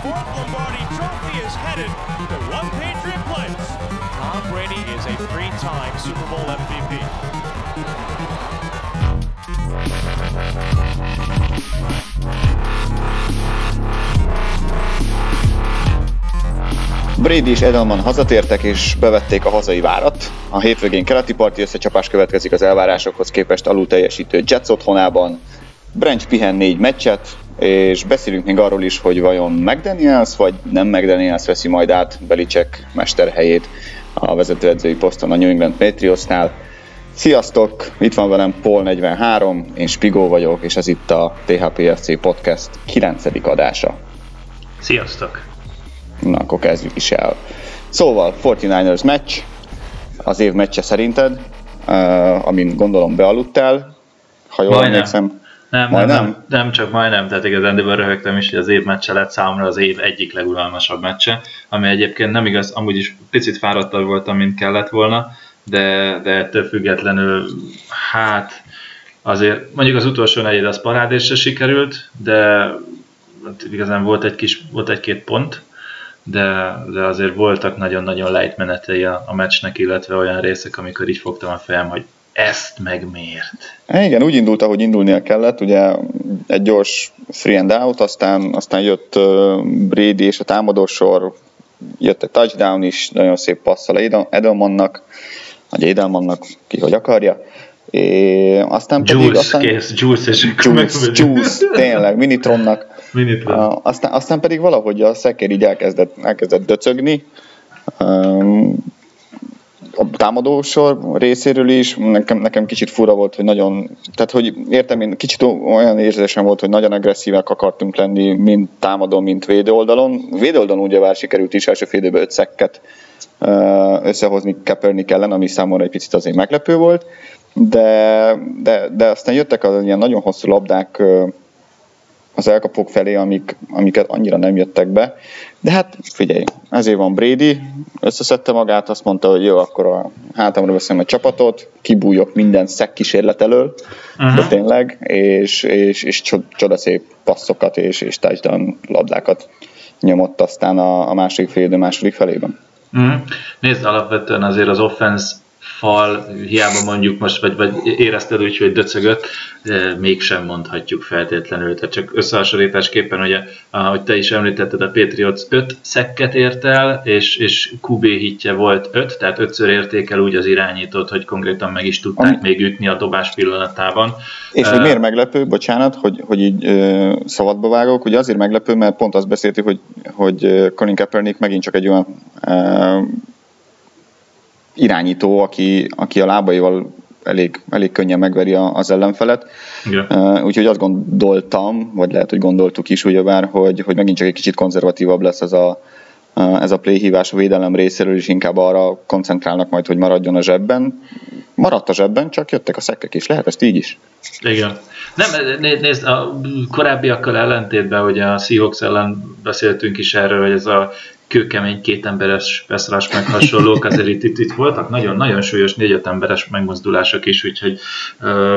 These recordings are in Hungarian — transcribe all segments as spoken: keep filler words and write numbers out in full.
fourth Lombardi Trophy is headed to one Patriot place. Tom Brady is a three-time Super Bowl em vé pé. Brady és Edelman hazatértek és bevették a hazai várat. A hétvégén keleti parti összecsapás következik az elvárásokhoz képest alul teljesítő Jets otthonában. Branch pihen négy meccset, és beszélünk még arról is, hogy vajon McDaniels vagy nem McDaniels veszi majd át Belichick mesterhelyét a vezetőedzői poszton a New England Patriotsnál. Sziasztok! Itt van velem Paul negyvenhárom, én Spigó vagyok, és ez itt a té há pé ef cé Podcast kilencedik adása. Sziasztok! Na, akkor kezdjük is el. Szóval, negyvenkilencesers meccs, az év meccse szerinted, uh, amin gondolom bealudtál, ha jól majdnem. emlékszem. Nem, nem, nem, nem, csak majdnem, tehát igazán röhögtem is, hogy az év meccse lett számomra az év egyik leguralmasabb meccse, ami egyébként nem igaz, amúgy is picit fáradtabb voltam, mint kellett volna, de, de ettől függetlenül, hát azért mondjuk az utolsó negyed az parádésre sikerült, de igazán volt egy kis, volt egy-két pont, de, de azért voltak nagyon-nagyon lejtmenetei a, a meccsnek, illetve olyan részek, amikor így fogtam a fejem, hogy ezt meg miért? É, igen, úgy indult, ahogy indulnia kellett, ugye egy gyors three and out, aztán, aztán jött Brady és a támadósor, jött egy touchdown is, nagyon szép passzal Edelmannak, vagy Edelmannak, ki hogy akarja. É, aztán Jules, pedig, aztán, kész, Jules, és Jules, Jules, tényleg, Minitronnak. Minitron. Uh, aztán, aztán pedig valahogy a szekér így elkezdett, elkezdett döcögni. Um, a támadósor részéről is, nekem, nekem kicsit fura volt, hogy nagyon, tehát hogy értem, én kicsit olyan érzésem volt, hogy nagyon agresszívek akartunk lenni, mind támadó, mind védő oldalon. Védő oldalon ugye már sikerült is első fél időben öt szekket uh, összehozni Kaepernick ellen, ami számomra egy picit azért meglepő volt. De, de, de aztán jöttek az ilyen nagyon hosszú labdák az elkapók felé, amik, amiket annyira nem jöttek be. De hát figyelj, ezért van Brady, összeszedte magát, azt mondta, hogy jó, akkor a hátamra veszem egy csapatot, kibújok minden szekkísérlet elől, uh-huh. de tényleg, és, és, és csodaszép passzokat és, és touchdown labdákat nyomott aztán a, a második fél idő második felében. Uh-huh. Nézd, alapvetően azért az offense fal, hiába mondjuk most, vagy, vagy érezted úgy, hogy döcögött, de mégsem mondhatjuk feltétlenül. Tehát csak összehasonlításképpen, ugye, ahogy te is említetted, a Patriots öt szekket ért el, és, és kú bé hitje volt öt, tehát ötször érték el úgy az irányítót, hogy konkrétan meg is tudták Ami... még ütni a dobás pillanatában. És hogy uh, miért meglepő, bocsánat, hogy, hogy így uh, szabadba vágok, ugye azért meglepő, mert pont azt beszéltük, hogy, hogy Colin Kaepernick megint csak egy olyan uh, irányító, aki, aki a lábaival elég, elég könnyen megveri az ellenfelet. Yeah. Uh, úgyhogy azt gondoltam, vagy lehet, hogy gondoltuk is ugyebár, hogy, hogy megint csak egy kicsit konzervatívabb lesz ez a, uh, ez a playhívás a védelem részéről, és inkább arra koncentrálnak majd, hogy maradjon a zsebben. Maradt a zsebben, csak jöttek a szekkek is. Lehet ezt így is? Igen. Nem, nézd, a korábbiakkal ellentétben, hogy a Seahawks ellen beszéltünk is erről, hogy ez a kőkemény kétemberes pass meg hasonlók, azért itt, itt, itt voltak nagyon-nagyon súlyos négy-öt emberes megmozdulások is, úgyhogy uh,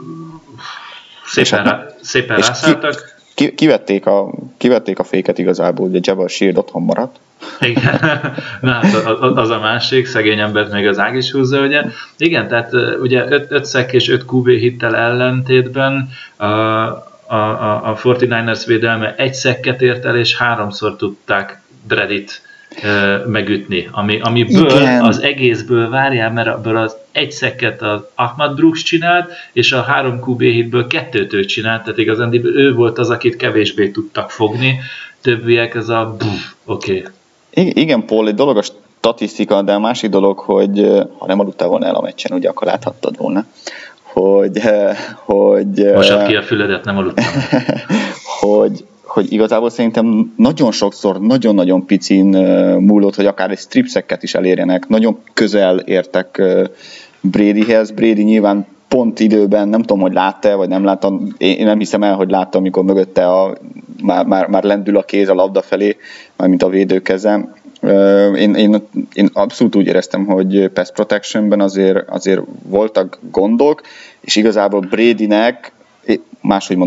szépen, rá, szépen rászálltak. Ki, ki, kivették, a, kivették a féket igazából, ugye Jabbar Sheard otthon maradt. Igen, na hát az a másik, szegény embert még az ág is húzza, ugye. Igen, tehát ugye öt szek és öt kú bé hittel ellentétben a, a, a, a negyvenkilencesers védelme egy szekket ért el, és háromszor tudták Bradyt uh, megütni, ami, amiből Igen. az egészből várjál, mert ebből az egy szekket az Ahmad Brooks csinált, és a három kú bé hitből kettőt ő csinált, tehát igazán ő volt az, akit kevésbé tudtak fogni, többiek ez a oké. Okay. Igen, Paul, egy dolog a statisztika, de a másik dolog, hogy ha nem aludtál volna el a meccsen, ugye akkor láthattad volna, hogy... hogy Mosad ki a füledet, nem aludtam. hogy hogy igazából szerintem nagyon sokszor, nagyon-nagyon picin múlott, hogy akár egy stripszekket is elérjenek. Nagyon közel értek Bradyhez. Brady nyilván pont időben, nem tudom, hogy látta vagy nem látta, én nem hiszem el, hogy látta, amikor mögötte a, már, már, már lendül a kéz a labda felé, mármint a védőkeze. Én, én, én abszolút úgy éreztem, hogy pass protectionben azért, azért voltak gondok, és igazából Bradynek, máshogy mondom,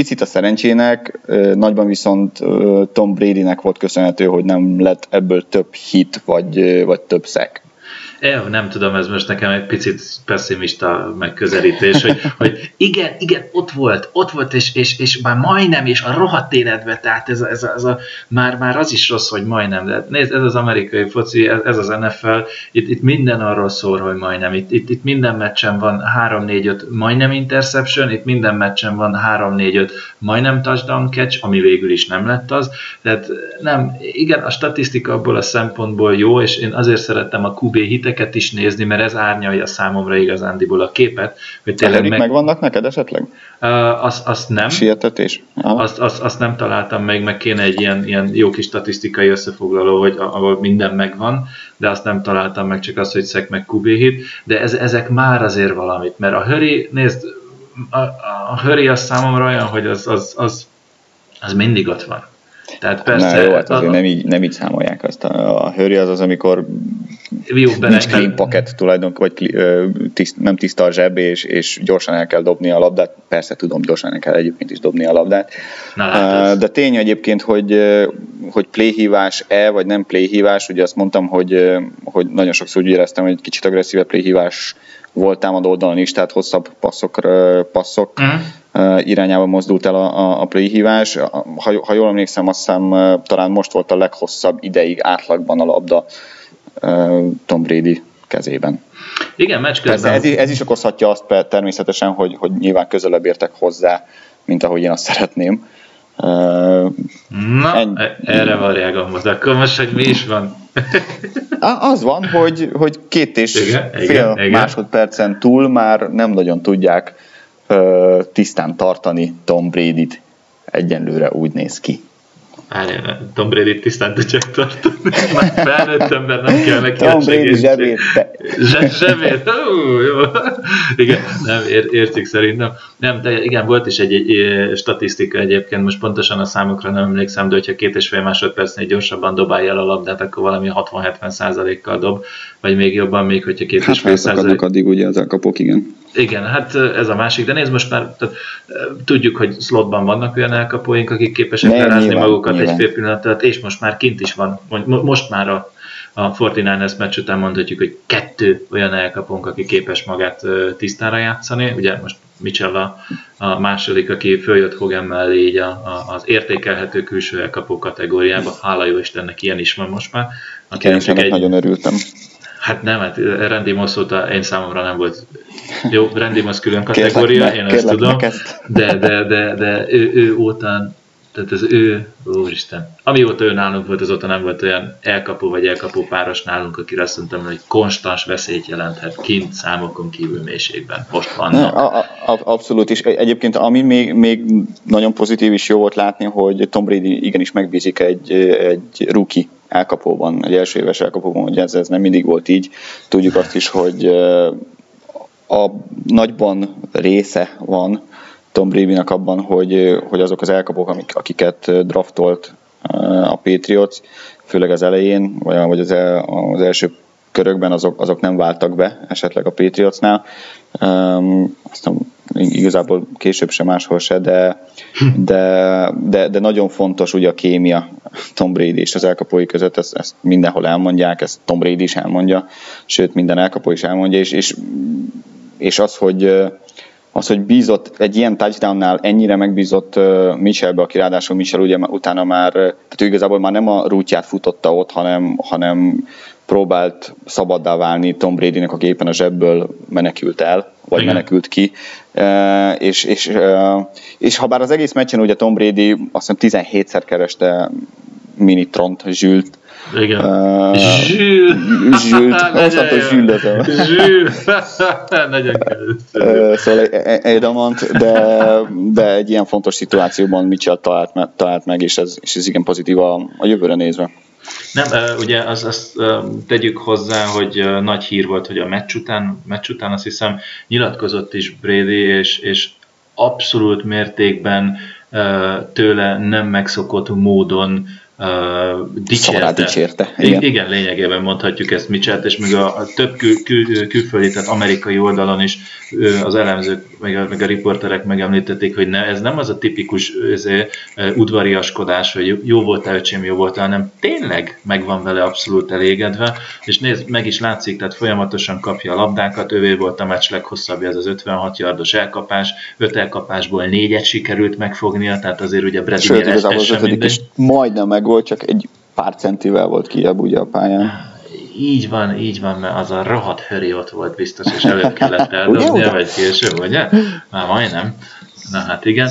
picit a szerencsének, nagyban viszont Tom Bradynek volt köszönhető, hogy nem lett ebből több hit, vagy, vagy több sack. É, nem tudom, ez most nekem egy picit pessimista megközelítés, hogy, hogy igen, igen, ott volt, ott volt, és, és, és már majdnem, és a rohadt életbe, tehát ez, a, ez, a, ez a, már, már az is rossz, hogy majdnem, de nézd, ez az amerikai foci, ez, ez az en ef el, itt, itt minden arról szól, hogy majdnem, itt, itt, itt minden meccsen van három négy öt majdnem interception, itt minden meccsen van három négy öt majdnem touchdown catch, ami végül is nem lett az, tehát nem, igen, a statisztika abból a szempontból jó, és én azért szerettem a kú bé hiteket is nézni, mert ez árnyalja számomra igazándiból a képet. Hogy tényleg meg... megvannak neked esetleg? Uh, azt, azt nem. Sietetés? Azt, azt, azt nem találtam meg, meg kéne egy ilyen, ilyen jó kis statisztikai összefoglaló, hogy ahol minden megvan, de azt nem találtam meg, csak az, hogy szek meg kú bé hit, de ez, ezek már azért valamit, mert a Hurry, nézd, a, a Hurry az számomra olyan, hogy az, az, az, az mindig ott van. Tehát persze, na jó, hát azért a... nem, így, nem így számolják azt. A, a Hurry az az, amikor jó, nincs clean pocket tulajdonképpen, vagy tiszt, nem tiszta a zseb, és, és gyorsan el kell dobni a labdát. Persze tudom, gyorsan el kell egyébként is dobni a labdát. Na, de tény egyébként, hogy, hogy playhívás-e, vagy nem playhívás, ugye azt mondtam, hogy, hogy nagyon sokszor úgy éreztem, hogy kicsit agresszíve playhívás volt támadó oldalon is, tehát hosszabb passzok, passzok uh-huh. irányába mozdult el a, a, a playhívás. Ha, ha jól emlékszem, azt hiszem talán most volt a leghosszabb ideig átlagban a labda Tom Brady kezében. Igen, meccs közben. Ez, ez is okozhatja azt természetesen, hogy, hogy nyilván közelebb értek hozzá, mint ahogy én azt szeretném. Na, Ennyi. Erre varják a moz, akkor most, hogy mi is van? Az van, hogy, hogy két és igen, fél igen, igen. másodpercen túl már nem nagyon tudják uh, tisztán tartani Tom Bradyt. Egyenlőre úgy néz ki. Várjál, Tom Brady tisztán tudják tartani. Már felnőtt ember, nem kell neki Tom Brady zsebét. Zsebét, ó, jó. Igen, nem, ér, értjük szerintem. Nem, de igen, volt is egy, egy statisztika egyébként, most pontosan a számokra nem emlékszem, de hogyha két és fél másodpercnél gyorsabban dobálja el a labdát, akkor valami hatvan-hetven százalékkal dob, vagy még jobban, még hogyha két és fél százalék. Addig ugye az elkapok, igen. Igen, hát ez a másik, de nézd, most már tehát, tudjuk, hogy slotban vannak olyan elkapóink, akik képesek lerázni magukat nyilván. Egy fél pillanat alatt, és most már kint is van, most már a, a negyvenkilences meccs után mondhatjuk, hogy kettő olyan elkapónk, aki képes magát tisztára játszani, ugye most Mitchell a, a második, aki följött Hogan mellé így a, a, az értékelhető külső elkapó kategóriába, hála jó Istennek, ilyen is van most már. Én is egy... nagyon örültem. Hát nem, hát Randy Moss óta én számomra nem volt. Jó, Randy Moss külön kategória, kérlek, én ne, ezt tudom, ezt. de, de, de, de ő, ő óta, tehát az ő, úristen, amióta ő nálunk volt, azóta nem volt olyan elkapó vagy elkapó páros nálunk, akire azt mondtam, hogy konstans veszélyt jelenthet kint számokon kívül mélységben. Most van. Ne, a, a, abszolút is. Egyébként ami még, még nagyon pozitív is jó volt látni, hogy Tom Brady igenis megbízik egy, egy rookie elkapóban, egy első éves elkapóban, hogy ez, ez nem mindig volt így. Tudjuk azt is, hogy a nagyban része van Tom Bradynek abban, hogy, hogy azok az elkapók, amik, akiket draftolt a Patriots, főleg az elején, vagy az, el, az első körökben azok, azok nem váltak be, esetleg a Patriotsnál. Um, aztán igazából később sem máshol se, de, de, de, de nagyon fontos ugye a kémia Tom Brady és az elkapói között, ezt, ezt mindenhol elmondják, ezt Tom Brady is elmondja, sőt minden elkapó is elmondja, és, és, és az, hogy az, hogy bízott egy ilyen touchdownnál, ennyire megbízott uh, Mitchellbe, aki ráadásul Mitchell ugye utána már, tehát ő igazából már nem a rútját futotta ott, hanem, hanem próbált szabaddá válni Tom Bradynek, aki éppen a zsebből menekült el, vagy igen. menekült ki. Uh, és, és, uh, és ha bár az egész meccsen ugye Tom Brady azt hiszem tizenhétszer kereste Minitront, Zsült. Igen. Uh, Zsült. Zsült. Mostantól zsüldözöm. Zsült. Nagyon uh, Szóval Edelmont, de, de egy ilyen fontos szituációban Mitchell talált, me, talált meg, és ez, és ez igen pozitív a, a jövőre nézve. Nem, ugye azt, azt tegyük hozzá, hogy nagy hír volt, hogy a meccs után, meccs után azt hiszem nyilatkozott is Brady, és, és abszolút mértékben tőle nem megszokott módon uh, dicsérte. dicsérte. Igen. igen, lényegében mondhatjuk ezt Mitchell-t, és még a, a több kül, kül, külföldi, tehát amerikai oldalon is az elemzők, meg a, meg a riporterek megemlítették, hogy ne, ez nem az a tipikus ezért, udvariaskodás, hogy jó voltál, öcsém, jó voltál, hanem tényleg meg van vele abszolút elégedve, és nézd, meg is látszik, tehát folyamatosan kapja a labdákat, övé volt a meccs leghosszabbja, ez az ötvenhat yardos elkapás, öt elkapásból négyet sikerült megfognia, tehát azért ugye Bradynél ez, ez sem mindegy. Majdnem meg volt, csak egy pár centivel volt kijebb ugye a pályán. Így van, így van, mert az a rohadt höri ott volt biztos, és előbb kellett eldobnia, vagy később, ugye? Már majdnem. Na hát igen.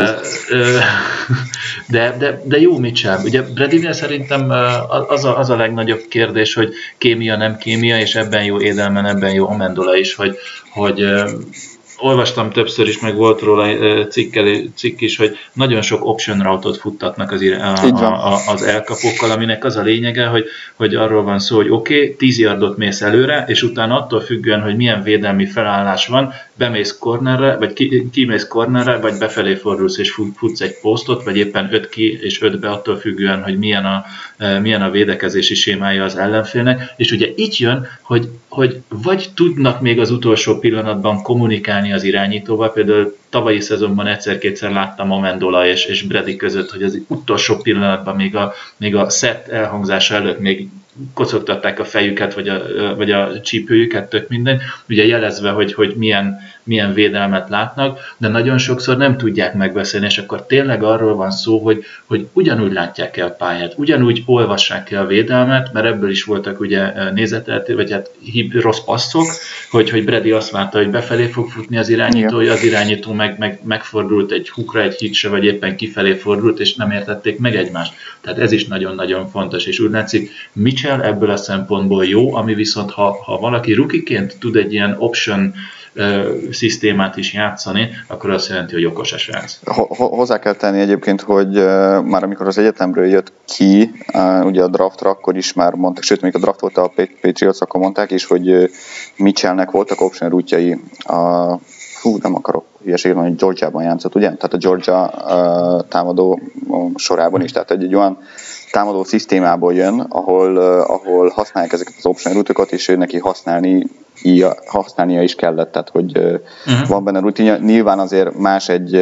De, de, de jó Mitchell. Ugye Bradynél szerintem az a, az a legnagyobb kérdés, hogy kémia, nem kémia, és ebben jó Edelman, ebben jó Amendola is, hogy, hogy olvastam többször is, meg volt róla cikkel, cikk is, hogy nagyon sok option route-ot futtatnak az, a, a, az elkapókkal, aminek az a lényege, hogy, hogy arról van szó, hogy oké, okay, tíz yardot mész előre, és utána attól függően, hogy milyen védelmi felállás van, bemész cornerre, vagy ki, kimész cornerre, vagy befelé fordulsz és futsz egy posztot, vagy éppen öt ki és öt be, attól függően, hogy milyen a, milyen a védekezési sémája az ellenfélnek. És ugye itt jön, hogy, hogy vagy tudnak még az utolsó pillanatban kommunikálni az irányítóval, például tavalyi szezonban egyszer-kétszer láttam Amendola és, és Brady között, hogy az utolsó pillanatban még a, még a set elhangzása előtt még kocogtatták a fejüket, vagy a, vagy a csípőjüket, tök minden, ugye jelezve, hogy, hogy milyen, milyen védelmet látnak, de nagyon sokszor nem tudják megbeszélni, és akkor tényleg arról van szó, hogy, hogy ugyanúgy látják el a pályát, ugyanúgy olvassák el a védelmet, mert ebből is voltak ugye nézeteltérések, vagy hát rossz passzok, hogy, hogy Brady azt várta, hogy befelé fog futni az irányítója, az irányító meg, meg, megfordult egy hukra, egy hitre, vagy éppen kifelé fordult, és nem értették meg egymást. Tehát ez is nagyon-nagyon fontos, és úgy látszik, Mitchell ebből a szempontból jó, ami viszont, ha, ha valaki rukiként tud egy ilyen option uh, szisztémát is játszani, akkor azt jelenti, hogy okos a srác. Hozzá kell tenni egyébként, hogy uh, már amikor az egyetemről jött ki, uh, ugye a draftra, akkor is már mondták, sőt, még a draft volt a Patriots, akkor mondták is, hogy uh, Mitchellnek voltak option rútjai a Hú, nem akarok hülyeséget mondani, hogy Georgiában játszott, ugye? Tehát a Georgia uh, támadó sorában is, tehát egy, egy olyan támadó szisztémából jön, ahol, uh, ahol használják ezeket az option rútokat, és ő neki használni, ia, használnia is kellett, tehát hogy uh, uh-huh. van benne rutinja. Nyilván azért más egy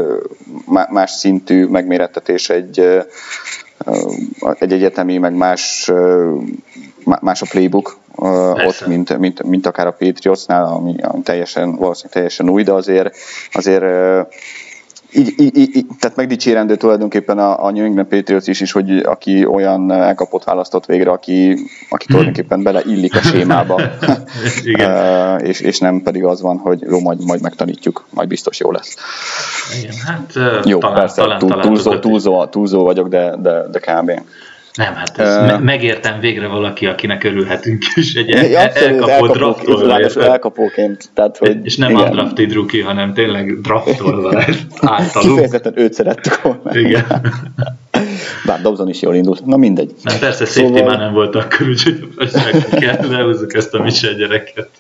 uh, más szintű megmérettetés egy, uh, egy egyetemi, meg más, uh, más a playbook, Uh, ott, mint, mint, mint akár a Patriotsnál, ami, ami teljesen, valószínűleg teljesen új, de azért, azért uh, így, így, így, tehát megdicsérendő tulajdonképpen a, a New England Patriots is, is, hogy aki olyan elkapott választott végre, aki, aki tulajdonképpen beleillik a sémába, uh, és, és nem pedig az van, hogy jó, majd, majd megtanítjuk, majd biztos jó lesz. Igen, hát uh, jó, talán, persze, talán, túl, talán túlzó, túlzó, túlzó vagyok, de, de, de kb. Nem, hát ez uh, me- megértem végre valaki, akinek örülhetünk is, egy el- ja, elkapó draftolva. Elkapóként. Tehát, hogy és nem undrafted rookie, hanem tényleg draftolva általunk. Kifejezetten őt szerettük volna. Igen. Bár Dobson is jól indult. Na mindegy. Nem, persze safety szóval... már nem volt akkor, úgyhogy meg kell, lehúzzuk ezt a Mitchell gyereket.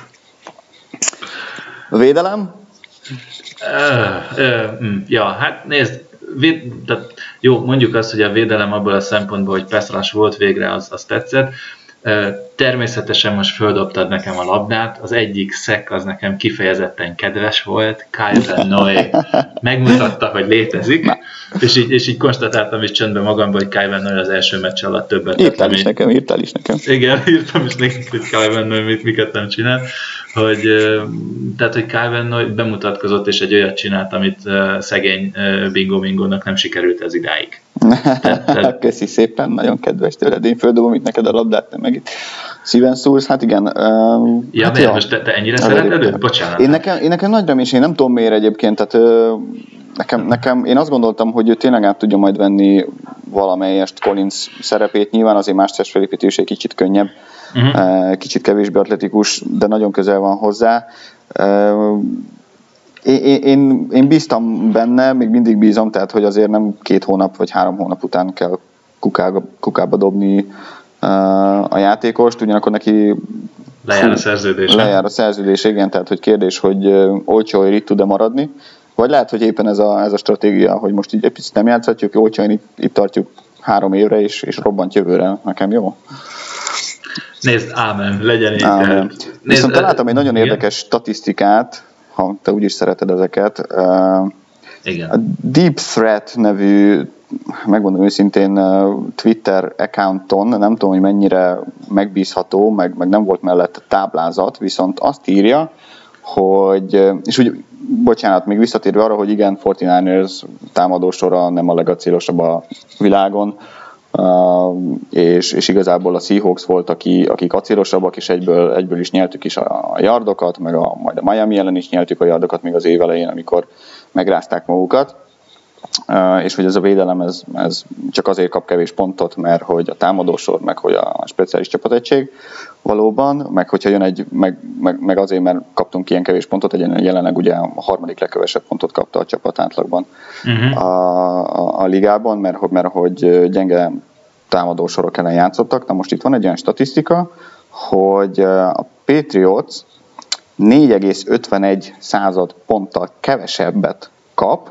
A védelem? Uh, uh, ja, hát nézd, Véd, tehát jó, mondjuk azt, hogy a védelem abból a szempontból, hogy pass rush volt végre, az, az tetszett. Természetesen most földobtad nekem a labdát, az egyik szek az nekem kifejezetten kedves volt, Kyle Van Noy megmutatta, hogy létezik, és így, és így konstatáltam is csöndben magamban, hogy Kyle Van Noy az első meccs alatt többet. Írtál is nekem, írtál is nekem. Igen, írtam is nekik, hogy Kyle Van Noy mit, miket nem csinál, hogy, tehát, hogy Kyle Van Noy bemutatkozott, és egy olyat csinált, amit szegény Bingo Mingónak nem sikerült ez idáig. Tehát, tehát... Köszi szépen, nagyon kedves tőled. Én földobom itt neked a labdát, te meg itt szíven szúrsz. Hát igen. Um, ja, hát miért? Ja. Most te, te ennyire szereted őt? Bocsánat. Én nekem, én nekem nagy remés, én nem tudom miért egyébként. Tehát, uh, nekem, nekem, én azt gondoltam, hogy ő tényleg át tudja majd venni valamelyest Collins szerepét. Nyilván azért más testfelépítés egy kicsit könnyebb, uh-huh. uh, kicsit kevésbé atletikus, de nagyon közel van hozzá. Uh, Én, én, én bíztam benne, még mindig bízom, tehát hogy azért nem két hónap vagy három hónap után kell kukába, kukába dobni uh, a játékost, ugyanakkor neki lejár a szerződés. Lejár a szerződés, igen, tehát hogy kérdés, hogy uh, olcsóért itt tud-e maradni, vagy lehet, hogy éppen ez a, ez a stratégia, hogy most így egy picit nem játszhatjuk, olcsóan itt, itt tartjuk három évre, és, és robbant jövőre. Nekem jó? Nézd, ámen, legyen így. Ámen. Viszont találtam egy nagyon igen? érdekes statisztikát, ha te úgyis szereted ezeket. Igen. A Deep Threat nevű, megmondom őszintén, Twitter accounton, nem tudom, hogy mennyire megbízható, meg, meg nem volt mellett táblázat, viszont azt írja, hogy, és úgy, bocsánat, még visszatérve arra, hogy igen, negyvenkilences támadósora nem a legacélosabb a világon, Uh, és, és igazából a Seahawks volt, aki, akik acélosabbak, és egyből, egyből is nyeltük is a, a yardokat, meg a, majd a Miami ellen is nyeltük a yardokat még az év elején, amikor megrázták magukat. Uh, és hogy ez a védelem ez, ez csak azért kap kevés pontot, mert hogy a támadósor, meg hogy a speciális csapategység valóban, meg hogyha jön egy, meg, meg, meg azért, mert kaptunk ilyen kevés pontot, egy jelenleg ugye a harmadik legkevesebb pontot kapta a csapat átlagban uh-huh. a, a, a ligában, mert, mert hogy gyenge támadósorok ellen játszottak. Na most itt van egy olyan statisztika, hogy a Patriots négy egész ötvenegy század ponttal kevesebbet kap,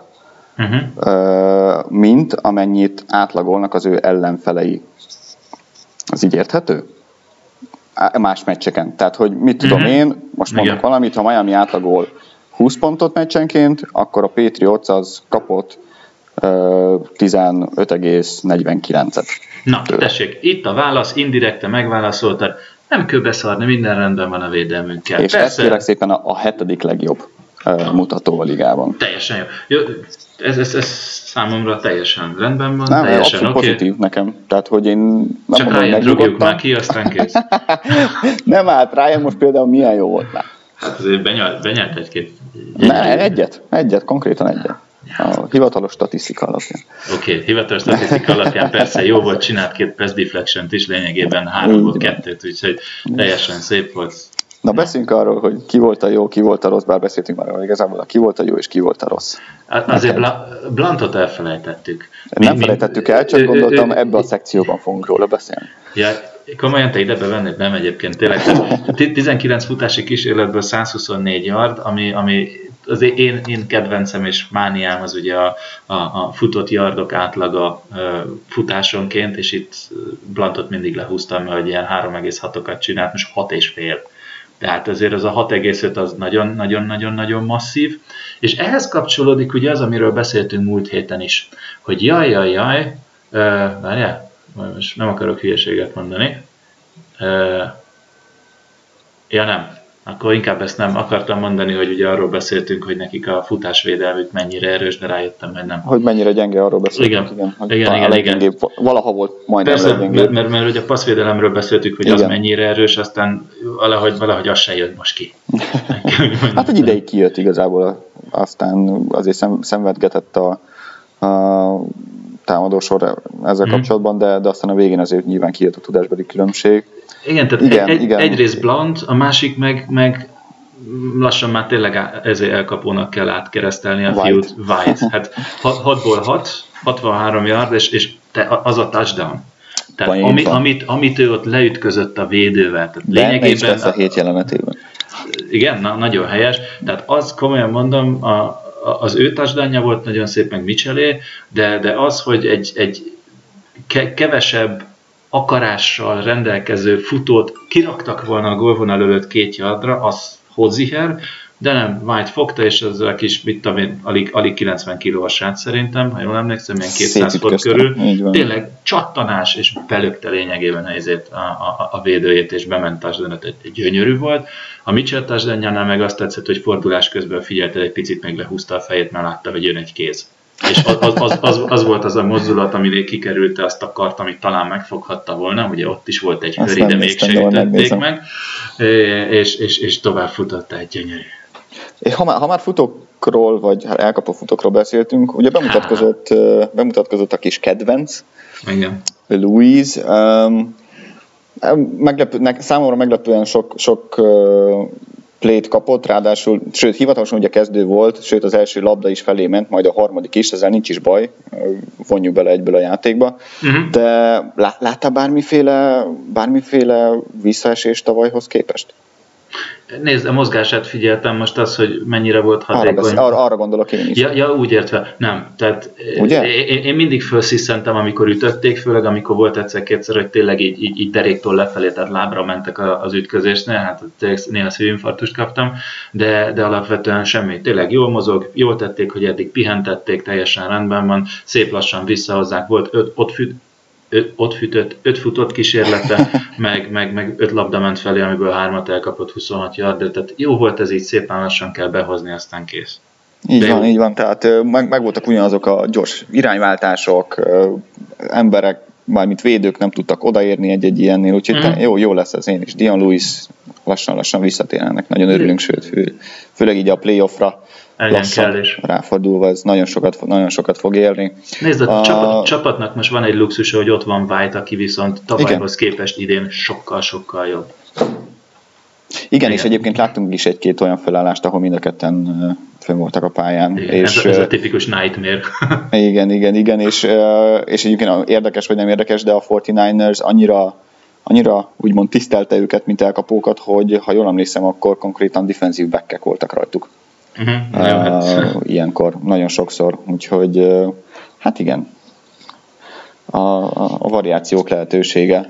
uh-huh. mint amennyit átlagolnak az ő ellenfelei. Az így érthető? Más meccseken. Tehát, hogy mit tudom uh-huh. én, most mondok igen. valamit, ha Miami átlagol húsz pontot meccsenként, akkor a Patriots az kapott uh, tizenöt egész negyvenkilencet. Na, tőle. Tessék, itt a válasz, indirekte megválaszoltad, nem kell beszarni, minden rendben van a védelmünkkel. És Persze. ez kérek szépen a, a hetedik legjobb uh, mutató a ligában. Teljesen jó. jó ez, ez, ez számomra teljesen rendben van, nem, teljesen oké. Okay. Pozitív nekem. Tehát, hogy én nem csak mondom, Ryan drogjuk már ki, aztán kész. Nem hát, Ryan most például milyen jó volt már. Hát azért benyelt, benyelt egy-két... Ne, egyet, egyet, konkrétan egyet. A hivatalos statisztika alapján. Oké, okay, hivatalos statisztika alapján persze jó volt, csinált két pass deflection-t is, lényegében háromból kettőt, úgyhogy teljesen szép volt. Na beszéljünk arról, hogy ki volt a jó, ki volt a rossz, bár beszéltünk már arról, igazából ki volt a jó és ki volt a rossz. Azért Bla- Blantot elfelejtettük. Nem mi, felejtettük el, csak gondoltam, ebbe a szekcióban fogunk róla beszélni. Ja, komolyan te ide bevennéd, nem egyébként tényleg. tizenkilenc futási kísérletből száz huszonnégy yard, ami, ami az én, én kedvencem és mániám az ugye a, a, a futott yardok átlaga uh, futásonként, és itt Blantot mindig lehúztam, mert ilyen három egész hatokat csinált, most hat és fél. Tehát azért az a hat egész öt az nagyon-nagyon-nagyon-nagyon masszív. És ehhez kapcsolódik ugye az, amiről beszéltünk múlt héten is, hogy jaj, jaj, jaj, uh, várjál, most nem akarok hülyeséget mondani. Uh, ja nem, akkor inkább ezt nem akartam mondani, hogy ugye arról beszéltünk, hogy nekik a futásvédelmük mennyire erős, de rájöttem, hogy nem. Hogy mennyire gyenge, arról beszéltünk, igen. igen. Igen, igen, igen. Valaha volt majdnem persze, leggyengébb. Mert, mert, mert ugye a passzvédelemről beszéltük, hogy igen. az mennyire erős, aztán valahogy, valahogy az se jött most ki. Hát egy ideig kijött igazából, aztán azért szenvedgetett a, a támadósor ezzel hmm. kapcsolatban, de, de aztán a végén azért nyilván kijött a tudásbeli különbség. Igen, tehát igen, egy, igen. egyrészt Blount, a másik meg, meg lassan már tényleg ezért elkapónak kell átkeresztelni a White. fiút. White. Hát hatból hat, hatvanhárom yard, és, és te, az a touchdown. Tehát ami, amit, amit ő ott leütközött a védővel. Tehát lényegében is lesz a hét jelenetében. Igen, na, nagyon helyes. Tehát az, komolyan mondom, a, az ő touchdownja volt nagyon szép, meg Mitchellé, de, de az, hogy egy, egy ke, kevesebb akarással rendelkező futót kiraktak volna a gólvonal előtt két yardra, az Hodziher, de nem, White fogta, és az a kis, mit tudom én, alig, alig kilencven kilós srác szerintem, ha jól emlékszem, ilyen kétszáz font körül. Tényleg csattanás, és belökte lényegében helyzét a, a, a védőjét, és bement touchdown-et, egy, egy gyönyörű volt. A Mitchell touchdownjánál meg azt tetszett, hogy fordulás közben figyelte, egy picit meg lehúzta a fejét, mert látta, hogy jön egy kéz. És az, az, az, az, az volt az a mozdulat, amire kikerülte azt a kart, amit talán megfoghatta volna, ugye ott is volt egy höri, de mégse ütötték meg, és, és, és tovább futott egy gyönyörű. Ha már, ha már futókról, vagy elkapó futókról beszéltünk, ugye bemutatkozott, bemutatkozott a kis kedvenc, igen. Louise. Um, meglepő, számomra meglepően sok, sok uh, play-t kapott, ráadásul, sőt, hivatalosan ugye kezdő volt, sőt az első labda is felé ment, majd a harmadik is, ezzel nincs is baj, vonjuk bele egyből a játékba, uh-huh. de lá, láttál bármiféle, bármiféle visszaesést tavalyhoz képest? Nézd, a mozgását figyeltem most az, hogy mennyire volt hatékony. Arra, beszél, arra, arra gondolok én is. Ja, ja, úgy értve, nem. Tehát én, én mindig felsziszentem, amikor ütötték, főleg amikor volt egyszer-kétszer, hogy tényleg így, így, így deréktől lefelé, tehát lábra mentek az ütközésnél, hát tényleg néha szívinfarktust kaptam, de, de alapvetően semmi. Tényleg jól mozog, jól tették, hogy eddig pihentették, teljesen rendben van, szép lassan visszahozzák, volt öt, ott fűt, Öt, ott fütött, öt futott kísérlete, meg, meg, meg öt labda ment felé, amiből hármat elkapott huszonhat yardot, tehát jó volt ez így, szépen lassan kell behozni, aztán kész. Így De van, jó. így van, tehát meg, meg voltak ugyanazok a gyors irányváltások, emberek, mármint védők nem tudtak odaérni egy-egy ilyennél, úgyhogy mm. jó, jó lesz ez én is. Dion Lewis lassan-lassan visszatérnek, nagyon örülünk, sőt, fő, főleg így a playoffra lassan ráfordulva, ez nagyon sokat, nagyon sokat fog érni. Nézd, a, a csapat, csapatnak most van egy luxusa, hogy ott van White, aki viszont tavalyhoz képest idén sokkal-sokkal jobb. Igen, igen, és egyébként láttunk is egy-két olyan felállást, ahol mind a ketten fönn voltak a pályán. Igen, és, ez, ez a tipikus nightmare. igen, igen, igen, és, és egyébként érdekes vagy nem érdekes, de a negyvenkilencesek annyira, annyira úgymond tisztelte őket, mint elkapókat, hogy ha jól emlékszem, akkor konkrétan defensive back-ek voltak rajtuk. Uh-huh. Uh, ilyenkor, nagyon sokszor, úgyhogy uh, hát igen, a, a, a variációk lehetősége.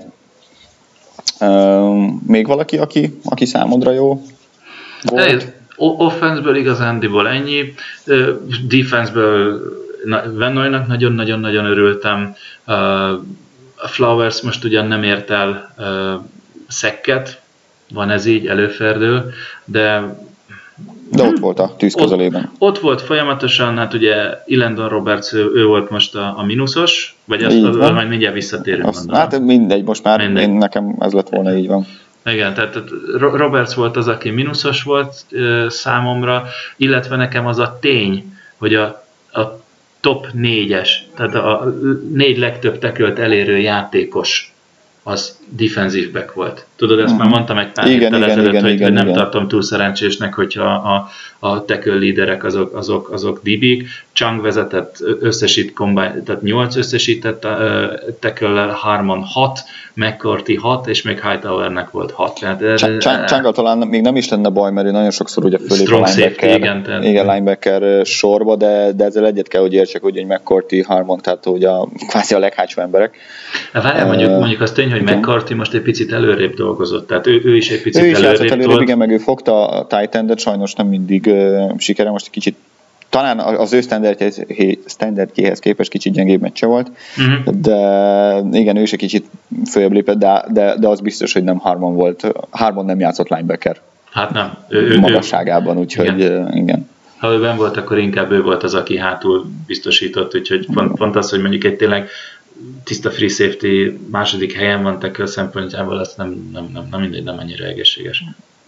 Uh, még valaki, aki, aki számodra jó volt? Offenseből igazándiból ennyi, uh, defenseből Van nagyon-nagyon-nagyon örültem, uh, a Flowers most ugyan nem ért el uh, szekket, van ez így, előferdül, de De ott volt a tűz közelében. Ott, ott volt folyamatosan, hát ugye Elandon Roberts, ő, ő volt most a, a mínuszos, vagy azt az, majd mindjárt visszatérünk. Azt, hát mindegy, most már mindegy. Én, nekem ez lett volna, így van. Igen, tehát Roberts volt az, aki mínuszos volt e, számomra, illetve nekem az a tény, hogy a, a top négyes, tehát a négy legtöbb tackle-t elérő játékos az defensive back volt. Tudod, ezt már mondtam egy pár héttel ezelőtt, hogy, hogy nem igen. tartom túl szerencsésnek, hogyha a, a tackle líderek azok, azok, azok dé bé-k. Chung vezetett összesít combine, tehát nyolc összesített uh, tackle-lel, Harmon hat, McCourty hat, és még Hightowernek volt hat. Chunggal talán még nem is lenne baj, mert ő nagyon sokszor ugye fölép a linebacker, igen, tehát, igen, linebacker sorba, de, de ezzel egyet kell, hogy értsek, hogy McCourty, Harmon, tehát ugye a, kvázi a leghátsó emberek. Várjál, mondjuk, mondjuk azt tény, hogy igen. McCarthy most egy picit előrébb dolgozott, tehát ő, ő is egy picit ő is előrébb, előrébb előrébb igen, meg ő fogta a tight endet, sajnos nem mindig uh, sikere, most egy kicsit, talán az ő standardjéhez képest kicsit gyengébb meccse volt, uh-huh. de igen, ő is egy kicsit följebb lépett, de, de, de az biztos, hogy nem Harmon volt, Harmon nem játszott linebacker. Hát nem. Ő, magasságában, úgyhogy igen. igen. Ha ő ben volt, akkor inkább ő volt az, aki hátul biztosított, úgyhogy pont, pont az, hogy mondjuk egy tényleg tiszta free safety második helyen van tackle szempontjából, ez nem, nem, nem, nem mindegy, nem annyira egészséges.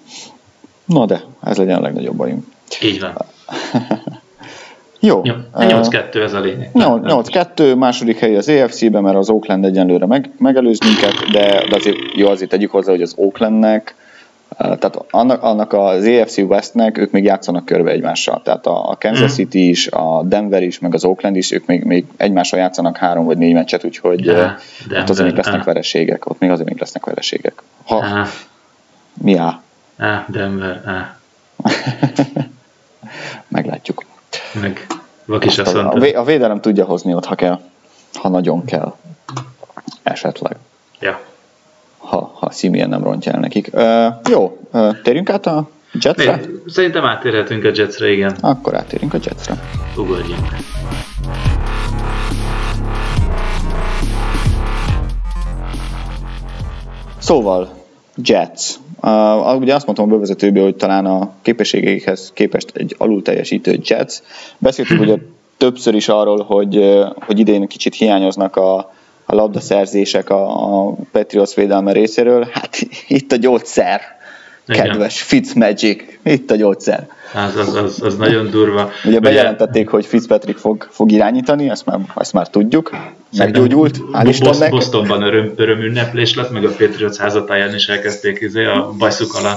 No de, ez legyen a legnagyobb bajunk. Így van. Jó. nyolc kettő ez a lényeg. nyolc kettő, második hely az á ef cé-ben, mert az Oakland egyenlőre meg, megelőz minket, de, de azért jó, azért tegyük hozzá, hogy az Oaklandnek, tehát annak, annak az á ef cé Westnek ők még játszanak körbe egymással. Tehát a Kansas City is, a Denver is, meg az Oakland is, ők még, még egymással játszanak három vagy négy meccset, úgyhogy ja, ott azért még lesznek vereségek. Ott még azért még lesznek vereségek. Ha, ah. Mi á? Ah, Denver, ah. Meglátjuk. Meg Vakis azt mondta. A, vé- a védelem tudja hozni ott, ha kell. Ha nagyon kell. Esetleg. Ja. Ha, ha Simeon nem rontja el nekik. Uh, jó, uh, térjünk át a Jetsre? Szerintem átérhetünk a Jetsre, igen. Akkor átérünk a Jetsre. Ugorjunk. Szóval, Jets. Uh, ugye azt mondtam a bevezetőből, hogy talán a képességeikhez képest egy alul teljesítő Jets. Beszéltünk ugye többször is arról, hogy, hogy idén kicsit hiányoznak a, a labdaszerzések a, a Patriots védelme részéről. Hát itt a gyógyszer, igen. Kedves Fitzmagic, itt a gyógyszer. Az, az, az, az nagyon durva. Ugye bejelentették, hogy Fitzpatrick fog, fog irányítani, ezt már, ezt már tudjuk. Meggyógyult, hál' Istennek. Bostonban öröm, örömünneplés lett, meg a Patriots házatáján is elkezdték izé, a bajszuk alá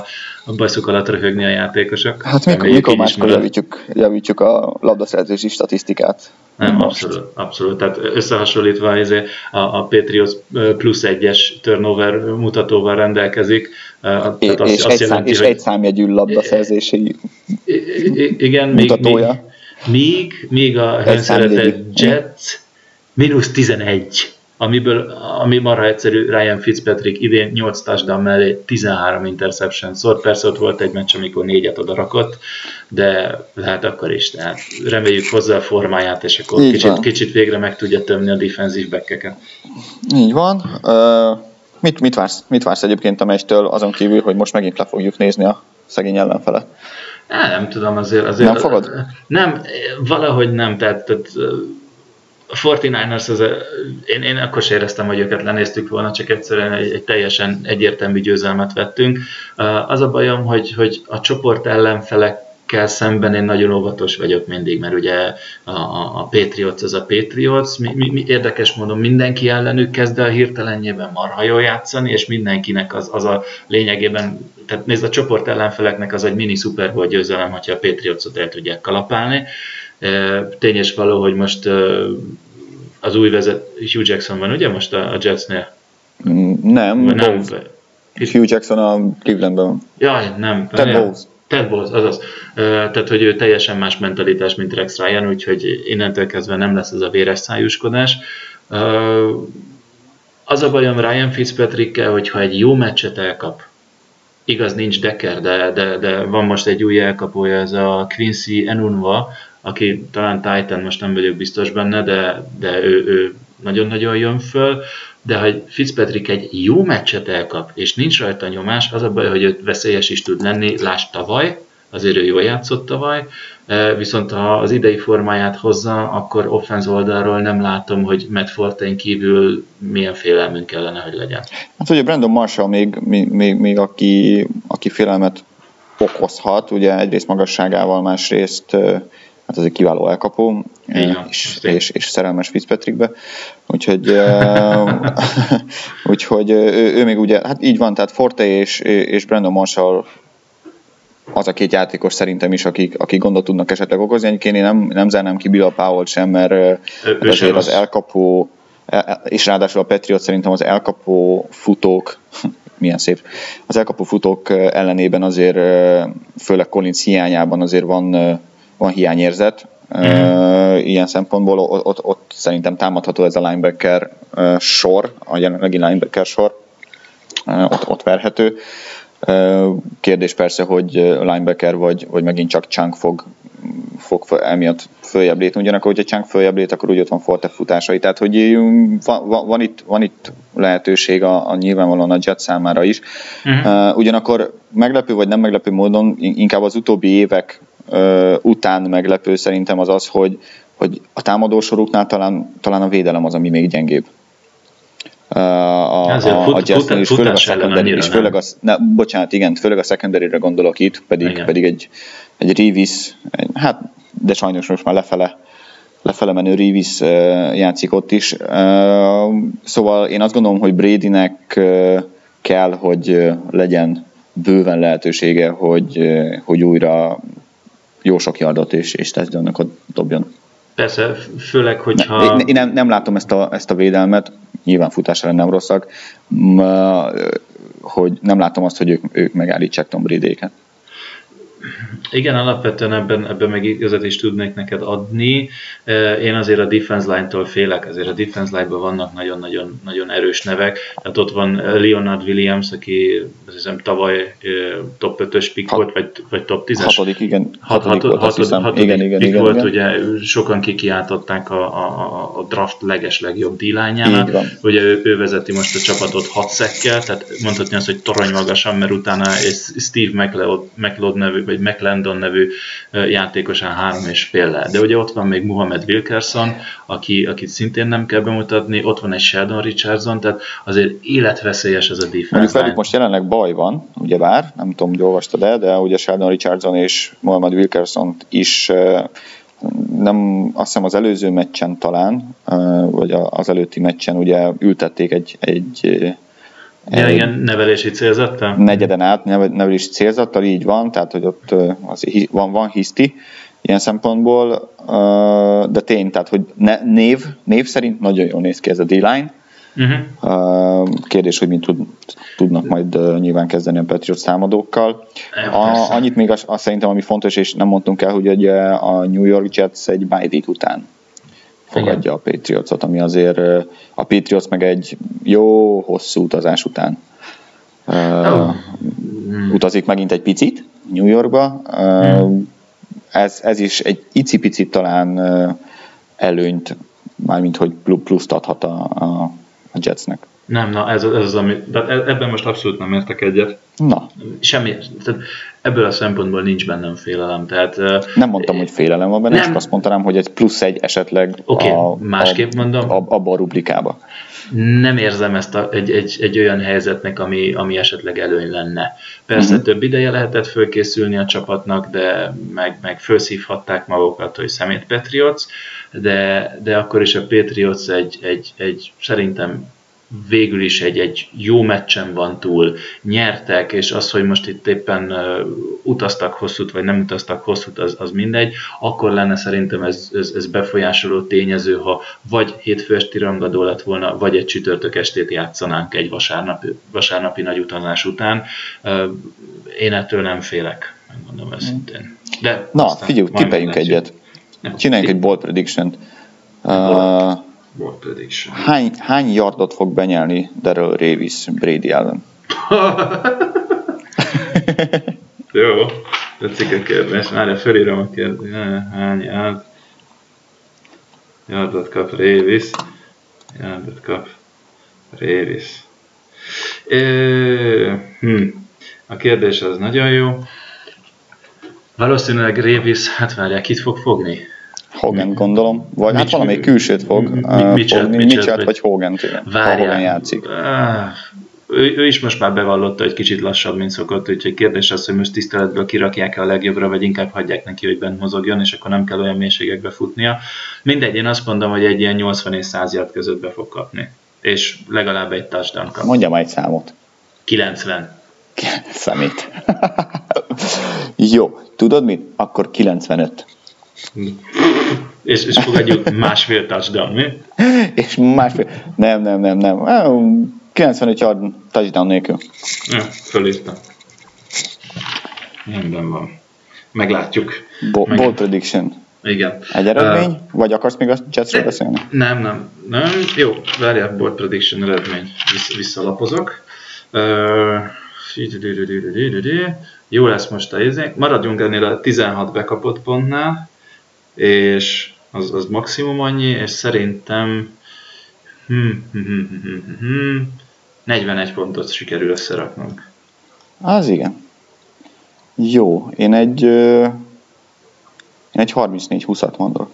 a bajszuk alatt röhögni a játékosok. Hát mikor, mikor máskor javítjuk, javítjuk a labdaszerzési statisztikát? Nem, most. abszolút, abszolút. Tehát összehasonlítva a, a Patriots plusz egyes turnover mutatóval rendelkezik. Tehát és azt, és, azt egy, jelenti, szám, és hogy... egy számjegyű labdaszerzési igen, mutatója. Míg, míg a hőszeretett Jets mínusz tizenegy, amiből, ami marha egyszerű, Ryan Fitzpatrick idén nyolc touchdown mellé tizenhárom interception szólt, persze ott volt egy meccs, amikor négyet oda rakott, de hát akkor is, tehát reméljük hozzá a formáját, és akkor kicsit, kicsit végre meg tudja tömni a defensív backeket. Így van. Uh, mit, mit, vársz, mit vársz egyébként a meccstől, azon kívül, hogy most megint le fogjuk nézni a szegény ellenfelet? Á, nem tudom, azért... azért nem fogod? Nem, valahogy nem, tehát, tehát a negyvenkilencesek az, én, én akkor sem éreztem, hogy őket lenéztük volna, csak egyszerűen egy, egy teljesen egyértelmű győzelmet vettünk. Az a bajom, hogy, hogy a csoport ellenfelekkel szemben én nagyon óvatos vagyok mindig, mert ugye a, a, a Patriots az a Patriots, mi, mi, mi, érdekes módon mindenki ellenük kezd el hirtelenjében marha jól játszani, és mindenkinek az, az a lényegében, tehát nézd, a csoport ellenfeleknek az egy mini Super Bowl győzelem, hogyha a Patriotsot el tudják kalapálni. Tényes való, hogy most az új vezet, Hugh Jackson van, ugye most a Jetsnél? Nem, nem. Hugh Jackson a Clevelandben van. Jaj, nem. Ted Bowles. Ted Bowles, azaz. Tehát, hogy ő teljesen más mentalitás, mint Rex Ryan, úgyhogy innentől kezdve nem lesz ez a véres szájúskodás. Az a bajom Ryan Fitzpatrickkel, hogyha egy jó meccset elkap, igaz, nincs Decker, de, de, de van most egy új elkapója, ez a Quincy Enunwa, aki talán Titan, most nem vagyok biztos benne, de, de ő, ő nagyon-nagyon jön föl, de ha Fitzpatrick egy jó meccset elkap, és nincs rajta nyomás, az a baj, hogy ő veszélyes is tud lenni, lásd tavaly, azért ő jól játszott tavaly, viszont ha az idei formáját hozza, akkor offense oldalról nem látom, hogy Matt Forten kívül milyen félelmünk kellene, hogy legyen. Hát ugye Brandon Marshall még, még, még aki, aki félelmet okozhat, ugye egyrészt magasságával, másrészt hát az egy kiváló elkapó, és, és, és szerelmes Fitzpatrickbe, úgyhogy, úgyhogy ő, ő még ugye, hát így van, tehát Forte és, és Brandon Marshall az a két játékos szerintem is, akik, akik gondot tudnak esetleg okozni. Egyébként én nem, nem zárnám ki Bilal Powell sem, mert ő azért az elkapó, és ráadásul a Patriot szerintem az elkapó futók, milyen szép, az elkapó futók ellenében azért, főleg Collins hiányában azért van, van hiányérzet. Mm. Ilyen szempontból ott, ott szerintem támadható ez a linebacker sor, a jelenlegi linebacker sor, ott, ott verhető. Kérdés persze, hogy linebacker vagy, vagy megint csak Chunk fog, fog emiatt följebb lépni. Ugyanakkor, hogyha Chunk följebb lép, akkor úgy ott van Forte futásai. Tehát, hogy van, van, van, itt, van itt lehetőség a, a nyilvánvalóan a Jet számára is. Uh-huh. Ugyanakkor meglepő vagy nem meglepő módon, inkább az utóbbi évek után meglepő szerintem az az, hogy, hogy a támadósoruknál talán, talán a védelem az, ami még gyengébb. A, a, a Jetson is, főleg a secondary, és főleg a, ne, bocsánat, igen, főleg a secondary-re gondolok itt, pedig, pedig egy, egy Revis, egy, hát, de sajnos most már lefele, lefele menő Revis játszik ott is. Szóval én azt gondolom, hogy Bradynek kell, hogy legyen bőven lehetősége, hogy, hogy újra jó sok yardot és, és touchdownot dobjon. Persze, főleg, hogyha... Ne, én nem, nem látom ezt a, ezt a védelmet, nyilván futásra nem rosszak, hogy nem látom azt, hogy ők, ők megállítsák Tom Brady-ket. Igen, alapvetően ebben, ebben meg igazat is tudnék neked adni. Én azért a defense line-tól félek, azért a defense line-ban vannak nagyon-nagyon nagyon erős nevek. Tehát ott van Leonard Williams, aki azt hiszem tavaly top ötös pick volt, vagy, vagy top tízes? Hatodik, igen. Hatodik, hat, hat, hat, hatodik igen, igen, pick igen, volt, igen. Ugye sokan kikiáltották a, a, a draft leges legjobb D-lányánál. Ugye ő, ő vezeti most a csapatot hat szekkel, tehát mondhatni azt, hogy torony magasan, mert utána Steve McLeod, McLeod nevű, vagy McLendon nevű játékosan három és féllel. De ugye ott van még Muhammad Wilkerson, aki, akit szintén nem kell bemutatni, ott van egy Sheldon Richardson, tehát azért életveszélyes ez a defense. Mondjuk velük most jelenleg baj van, ugyebár, nem tudom, hogy olvastad el, de ugye Sheldon Richardson és Muhammad Wilkerson is nem, azt hiszem az előző meccsen talán, vagy az előtti meccsen ugye ültették egy, egy Ja, igen, nevelési célzattal? Negyeden át nevelési célzattal, így van, tehát hogy ott az, van, van hiszti ilyen szempontból, de tény, tehát hogy ne, név, név szerint nagyon jól néz ki ez a D-line. Uh-huh. Kérdés, hogy mit tud, tudnak majd nyilván kezdeni a Patriots támadókkal. A, annyit még azt az szerintem, ami fontos, és nem mondtunk el, hogy ugye a New York Jets egy bye week után fogadja igen. a Patriotsot, ami azért a Patriots meg egy jó hosszú utazás után oh. uh, utazik megint egy picit New Yorkba. Uh, mm. ez, ez is egy icipicit talán uh, előnyt, mármint hogy pluszt adhat a, a a Jetsnek. Nem, na ez, ez az, ami, de ebben most abszolút nem értek egyet. Na. Semmi, tehát ebből a szempontból nincs bennem félelem. Tehát, nem mondtam, hogy félelem van benne, csak azt mondanám, hogy egy plusz egy esetleg okay, a, másképp a, mondom. A, abba a rubrikába. Nem érzem ezt a, egy, egy, egy olyan helyzetnek, ami, ami esetleg előny lenne. Persze uh-huh. több ideje lehetett fölkészülni a csapatnak, de meg, meg felszívhatták magukat, hogy szemét Patriots, de, de akkor is a Patriots egy, egy, egy szerintem végül is egy, egy jó meccsen van túl, nyertek, és az, hogy most itt éppen uh, utaztak hosszút, vagy nem utaztak hosszút, az, az mindegy, akkor lenne szerintem ez, ez, ez befolyásoló tényező, ha vagy hétfő esti rangadó lett volna, vagy egy csütörtök estét játszanánk egy vasárnapi, vasárnapi nagy utazás után. Uh, én ettől nem félek, megmondom őszintén. De na, figyelj, tippeljünk egyet. Csináljunk egy bold prediction-t. Uh, Bold prediction. Hány, hány yardot fog benyelni Darrell Revis Brady ellen? Jó, tetszik a kérdés. Várja, felírom a kérdést. Hány yard? Yardot kap Revis. Yardot kap Revis. Hm. A kérdés az nagyon jó. Valószínűleg Revis, hát várják, kit fog fogni? Hogan gondolom, vagy Mitch, hát valamelyik külsőt fog mi, uh, Mitchell, fogni, Mitchell, Mitchell vagy Hogan, ha Hogan játszik. Ő, ő is most már bevallotta, hogy kicsit lassabb, mint szokott, úgyhogy kérdés az, hogy most tiszteletből kirakják-e a legjobbra, vagy inkább hagyják neki, hogy bent mozogjon, és akkor nem kell olyan mélységekbe futnia. Mindegy, én azt mondom, hogy egy ilyen nyolcvan és száz yard között be fog kapni. És legalább egy touchdown kap. Mondjam egy számot. kilencven. Számít. Jó, tudod mit? Akkor kilencvenöt. És, és fogadjuk másfél touchdown, mi? És másfél... Nem, nem, nem, nem. kilencvenöt yard touchdown nélkül. Ja, fölírtam. Rendben van. Meglátjuk. Bo- Meg... Bold prediction. Igen. Egy eredmény? Uh, vagy akarsz még a Jetsről beszélni? Nem, nem. Nem. Jó, várjál, bold prediction eredmény. Vissz, visszalapozok. Uh, jó lesz most a izé. Maradjunk ennél a tizenhat bekapott pontnál, és az, az maximum annyi, és szerintem hmm, hmm, hmm, hmm, hmm, negyvenegy pontot sikerül összeraknunk. Az igen. Jó, én egy ö, én egy harmincnégy húszat mondok.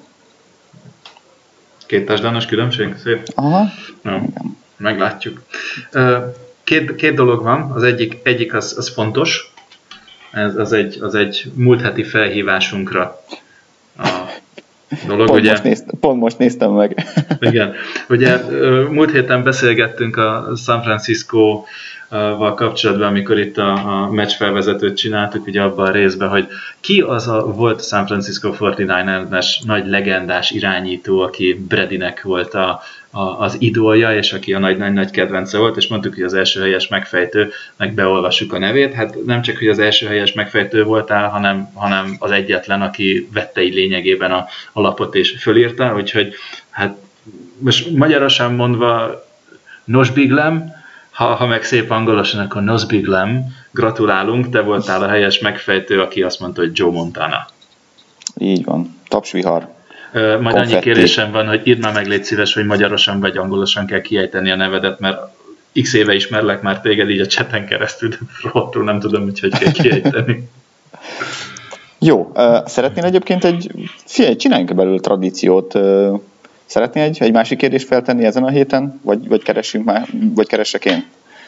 Két touchdownos különbség? Szép? Aha. No, meglátjuk. Két, két dolog van, az egyik, egyik az, az fontos, ez az egy, az egy múlt heti felhívásunkra a dolog, pont, ugye, most nézt, pont most néztem meg. Igen, ugye múlt héten beszélgettünk a San Francisco-val kapcsolatban, amikor itt a, a meccs felvezetőt csináltuk, ugye abban a részben, hogy ki az a volt San Francisco negyvenkilences nagy legendás irányító, aki Bradynek volt a, a, az idolja, és aki a nagy-nagy-nagy kedvence volt, és mondtuk, hogy az első helyes megfejtő, meg beolvassuk a nevét. Hát nem csak, hogy az első helyes megfejtő voltál, hanem, hanem az egyetlen, aki vette így lényegében a, a lapot és fölírta, úgyhogy hát most magyarosan mondva nosbiglem, ha, ha meg szép angolosan, akkor nosbiglem, gratulálunk, te voltál a helyes megfejtő, aki azt mondta, hogy Joe Montana. Így van, tapsvihar. Majd konfetti. Annyi kérésem van, hogy írd már meg, légy szíves, hogy magyarosan vagy angolosan kell kiejteni a nevedet, mert x éve ismerlek már téged így a chaten keresztül, de rohadtul nem tudom, hogy hogy kell kiejteni. Jó, uh, szeretnél egyébként egy, figyelj, csináljunk belőle tradíciót, uh, szeretnél egy, egy másik kérdést feltenni ezen a héten, vagy, vagy keressünk már, vagy keressek én?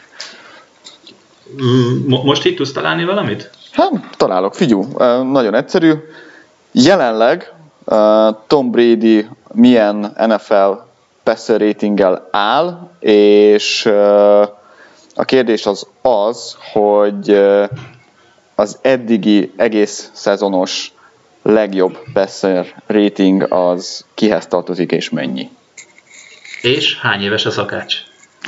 Most itt tudsz találni valamit? Hát, találok, figyelj, uh, nagyon egyszerű. Jelenleg uh, Tom Brady milyen en ef el passer ratinggel áll, és uh, a kérdés az az, hogy az eddigi egész szezonos legjobb passer rating az kihez tartozik és mennyi? És hány éves a szakács?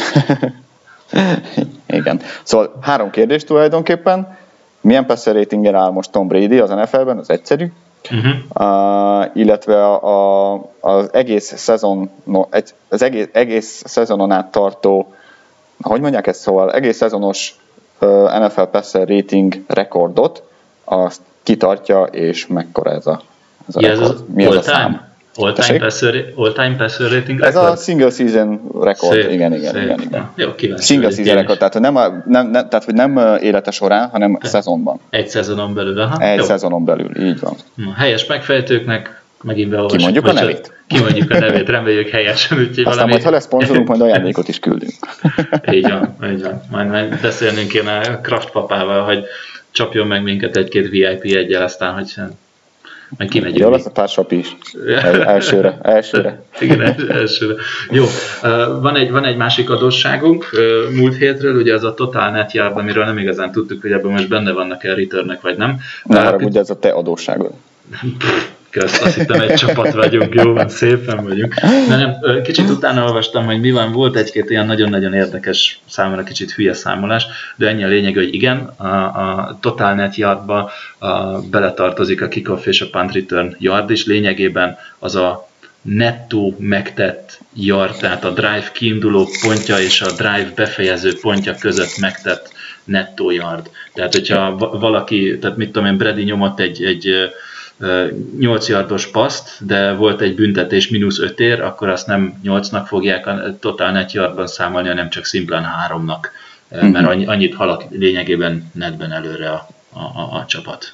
Igen. Szóval három kérdés tulajdonképpen. Milyen passer ratinggel áll most Tom Brady az en ef el-ben? Az egyszerű. Uh-huh. Uh, illetve a, a, az egész szezon, no, egy, az egész, egész szezonon át tartó, hogy mondják ezt, szóval egész szezonos uh, en ef el passer rating rekordot, azt kitartja, és mekkora ez a, ez a ja, rekord? Ez Mi az a szám? All-time passer, all-time passer rating ez record? a single season rekord, Szép, igen, igen, szép. igen, igen. Jó, kíváncsi. Single season rekord, tehát, nem, a, nem, nem, tehát hogy nem élete során, hanem szezonban. Egy szezonon belül, aha. Egy Jó. szezonon belül, így van. Helyes megfejtőknek megint beolvasjuk. Kimondjuk a nevét. Kimondjuk a nevét, reméljük helyesen. Úgyhogy aztán valami... majd, ha lesz szponzorunk, majd ajándékot is küldünk. Így van, így van. Majd, majd beszélnünk kéne a Kraft papával, hogy csapjon meg minket egy-két vé i pé egyel, aztán, hogy majd kimegyünk. Jó lesz a társapi is. El, elsőre, elsőre. Igen, elsőre. Jó, van egy, van egy másik adósságunk múlt hétről, ugye az a Total Net Yard, amiről nem igazán tudtuk, hogy ebben most benne vannak-e returnnek, vagy nem. Ne haragudj, ez a te adósságod. Kösz, azt hittem egy csapat vagyunk, jó van, szépen vagyunk. De nem, kicsit utána olvastam, hogy mi van, volt egy-két ilyen nagyon-nagyon érdekes, számomra kicsit hülye számolás, de ennyi a lényeg, hogy igen, a, a Total Net Yardba a, beletartozik a kickoff és a punt return yard is, lényegében az a nettó megtett yard, tehát a drive kiinduló pontja és a drive befejező pontja között megtett nettó yard. Tehát, hogyha valaki, tehát mit tudom én, Brady nyomott egy, egy nyolc yardos paszt, de volt egy büntetés mínusz öt ér, akkor azt nem nyolcnak fogják a Total Net Yardban számolni, hanem csak szimplán háromnak, mm-hmm. mert annyit halad lényegében netben előre a, a, a, a csapat.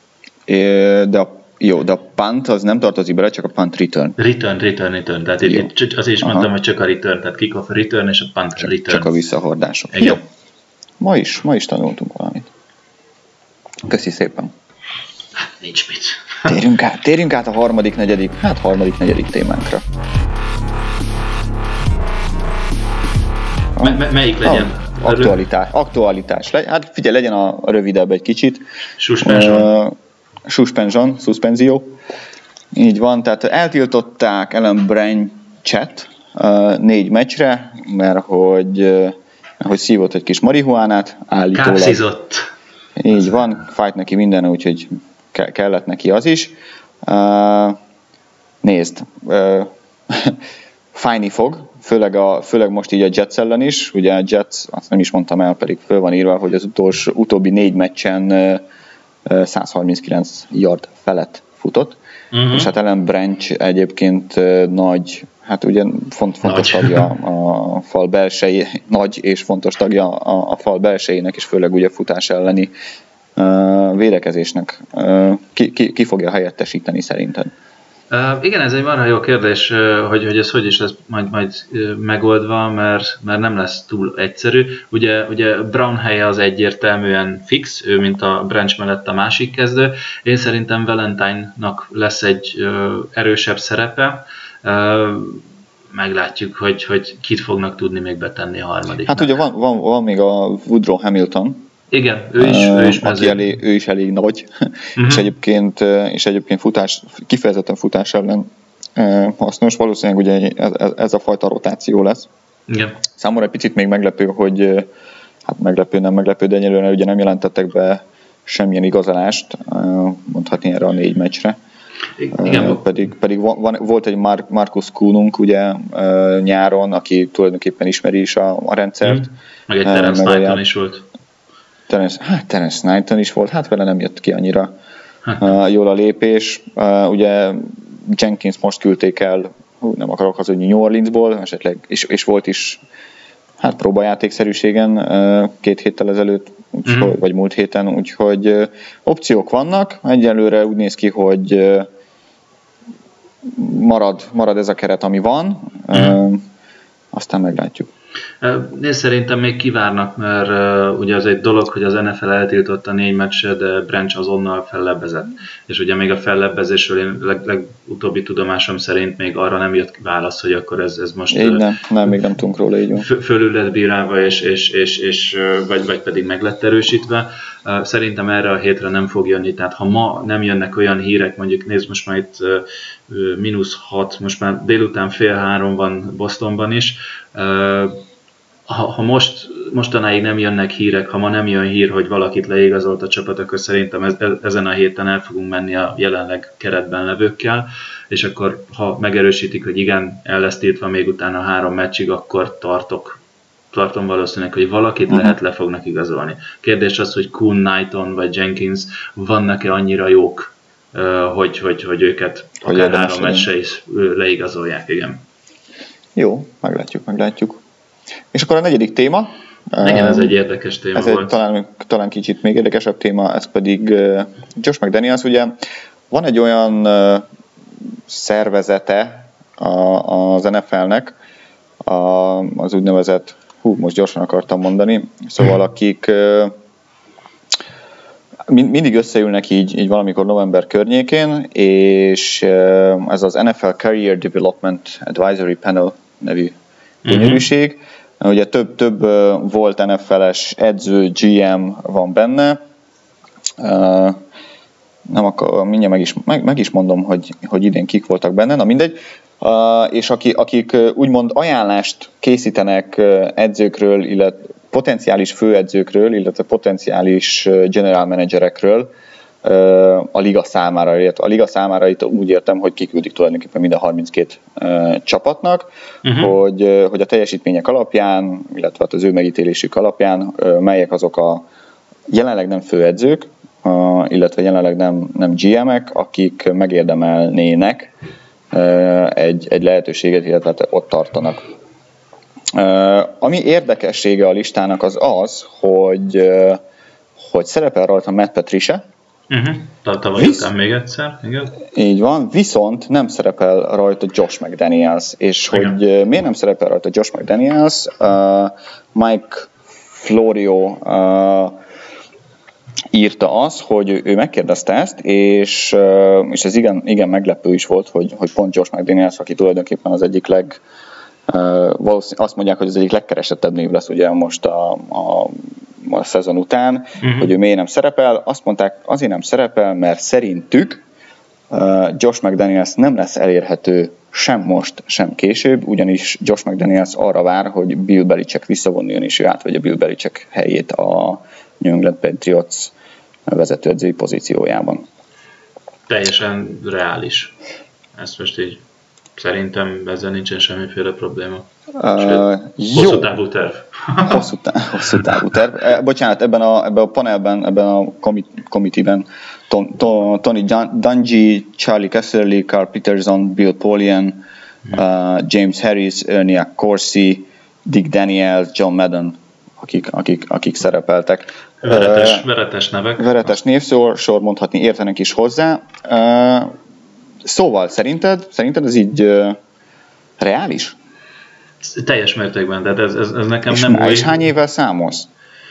É, de a, jó, de a punt az nem tartozik bele, csak a punt return. Return, return, return. Tehát itt, itt azért is Aha. mondtam, hogy csak a return, tehát kickoff return és a punt csak, return. Csak a visszahordások. Igen. Jó. Ma is, ma is tanultunk valamit. Köszi szépen. Hát nincs mit. Térjünk át, térjünk át a harmadik, negyedik, hát harmadik, negyedik témánkra. M- m- melyik legyen? A, aktualitás, aktualitás. Hát figyelj, legyen a, a rövidebb egy kicsit. Suspension. Uh, suspension, szuspenzió. Így van, tehát eltiltották Alan Branch-et uh, négy meccsre, mert hogy, uh, hogy szívott egy kis marihuánát, állítólag. Kápszizott. Így van, fájt neki minden, úgyhogy ke- kellett neki az is. Uh, nézd, uh, fájni fog, főleg, a, főleg most így a Jets ellen is. Ugye a Jets, azt nem is mondtam el, pedig föl van írva, hogy az utolsó, utóbbi négy meccsen uh, uh, száz harminckilenc yard felett futott. Uh-huh. És hát Alan Branch egyébként uh, nagy, hát ugye font, fontos nagy. tagja a fal belsejé, nagy és fontos tagja a, a fal belsejének, és főleg ugye futás elleni uh, védekezésnek. Uh, ki, ki, ki fogja helyettesíteni szerinted? Uh, igen, ez egy marha jó kérdés, uh, hogy, hogy ez hogy is lesz majd, majd uh, megoldva, mert, mert nem lesz túl egyszerű. Ugye, ugye Brown helye az egyértelműen fix, ő mint a Branch mellett a másik kezdő. Én szerintem Valentine-nak lesz egy uh, erősebb szerepe. Uh, meglátjuk, hogy, hogy kit fognak tudni még betenni a harmadik. Hát ugye van, van, van még a Woodrow Hamilton. Igen, ő is, ő is aki elég, ő is elég nagy, uh-huh. és, egyébként, és egyébként futás, kifejezetten futás ellen hasznos. Valószínűleg ugye ez, ez a fajta rotáció lesz. Igen. Számomra egy picit még meglepő, hogy hát meglepő, nem meglepő, de egyelőre ugye nem jelentettek be semmilyen igazolást, mondhatni erre a négy meccsre. Igen. Pedig, pedig van, volt egy Mar- Marcus Kuhnunk ugye nyáron, aki tulajdonképpen ismeri is a, a rendszert. Mm. Meg egy Terence Knighton is volt. Terence, hát Terence Knighton is volt, hát vele nem jött ki annyira uh, jól a lépés. Uh, ugye Jenkins most küldték el, hú, nem akarok hazudni, New Orleansból, esetleg, és, és volt is hát próbajátékszerűségen uh, két héttel ezelőtt, úgyhogy, mm-hmm. vagy múlt héten, úgyhogy uh, opciók vannak. Egyelőre úgy néz ki, hogy uh, marad, marad ez a keret, ami van, uh, mm-hmm. aztán meglátjuk. Én szerintem még kivárnak, mert uh, ugye az egy dolog, hogy az en ef el eltiltotta négy meccset, de Branch azonnal fellebbezett. És ugye még a fellebbezésről én leg, legutóbbi tudomásom szerint még arra nem jött válasz, hogy akkor ez, ez most... Így nem, nem, még nem tudunk róla, így van. Fölül lett bírálva, és, és, és, és, vagy, vagy pedig meg lett erősítve. Szerintem erre a hétre nem fog jönni, tehát ha ma nem jönnek olyan hírek, mondjuk nézd most már itt mínusz hat, most már délután fél három van Bostonban is, ha, ha most, mostanáig nem jönnek hírek, ha ma nem jön hír, hogy valakit leigazolt a csapat, akkor szerintem ez, ezen a héten el fogunk menni a jelenleg keretben levőkkel, és akkor ha megerősítik, hogy igen, el lesz tiltva még utána három meccsig, akkor tartok tartom valószínűleg, hogy valakit uh-huh. lehet le fognak igazolni. Kérdés az, hogy Kuhn, Knighton vagy Jenkins vannak-e annyira jók, hogy, hogy, hogy őket hogy akár három meccsre is leigazolják, igen. Jó, meglátjuk, meglátjuk. És akkor a negyedik téma. Igen, ez egy érdekes téma ez volt. Egy, talán, talán kicsit még érdekesebb téma, ez pedig Josh McDaniels. Ugye van egy olyan szervezete az en ef el-nek, az úgynevezett, hú, most gyorsan akartam mondani, szóval akik mindig összeülnek így, így valamikor november környékén, és ez az en ef el Career Development Advisory Panel nevű gyönyörűség. Uh-huh. Ugye több, több volt en ef el-es edző, gé em van benne. Nem akar, mindjárt meg is, meg, meg is mondom, hogy, hogy idén kik voltak benne, na mindegy. És akik, akik úgymond ajánlást készítenek edzőkről, illetve potenciális főedzőkről, illetve potenciális general managerekről a liga számára, illetve a liga számára itt úgy értem, hogy kiküldik tulajdonképpen mind a harminckét csapatnak, uh-huh. hogy, hogy a teljesítmények alapján, illetve az ő megítélésük alapján melyek azok a jelenleg nem főedzők, illetve jelenleg nem, nem gé em-ek, akik megérdemelnének egy, egy lehetőséget, illetve ott tartanak. Ami érdekessége a listának az az, hogy, hogy szerepel rajta Matt Patricia. Uh-huh. Tavaly Visz... után még egyszer. Igen. Így van, viszont nem szerepel rajta Josh McDaniels. És igen. hogy miért nem szerepel rajta Josh McDaniels, uh, Mike Florio uh, írta az, hogy ő megkérdezte ezt, és, és ez igen, igen meglepő is volt, hogy, hogy pont Josh McDaniels, aki tulajdonképpen az egyik leg, valószínűleg azt mondják, hogy az egyik legkeresettebb név lesz ugye most a, a, a szezon után, uh-huh. hogy ő miért nem szerepel. Azt mondták, azért nem szerepel, mert szerintük Josh McDaniels nem lesz elérhető sem most, sem később, ugyanis Josh McDaniels arra vár, hogy Bill Belichick visszavonuljon, és ő átvegye Bill Belichick helyét a New England Patriots vezetőedzői pozíciójában. Teljesen reális. Ezt most így szerintem ezzel nincsen semmiféle probléma. Uh, hosszú távú terv. hosszú, tá- hosszú távú terv. E, bocsánat, ebben a, ebben a panelben, ebben a committee-ben Ton, Ton, Tony Dungy, Charlie Casserly, Carl Peterson, Bill Polian, hmm. uh, James Harris, Ernie Corsi, Dick Daniels, John Madden, akik, akik, akik szerepeltek. Veretes, uh, veretes nevek. Veretes névsor, sor mondhatni, értenek is hozzá. Uh, szóval szerinted, szerinted ez így uh, reális? Teljes mértékben, de ez, ez, ez nekem és nem új. És hány évvel számolsz?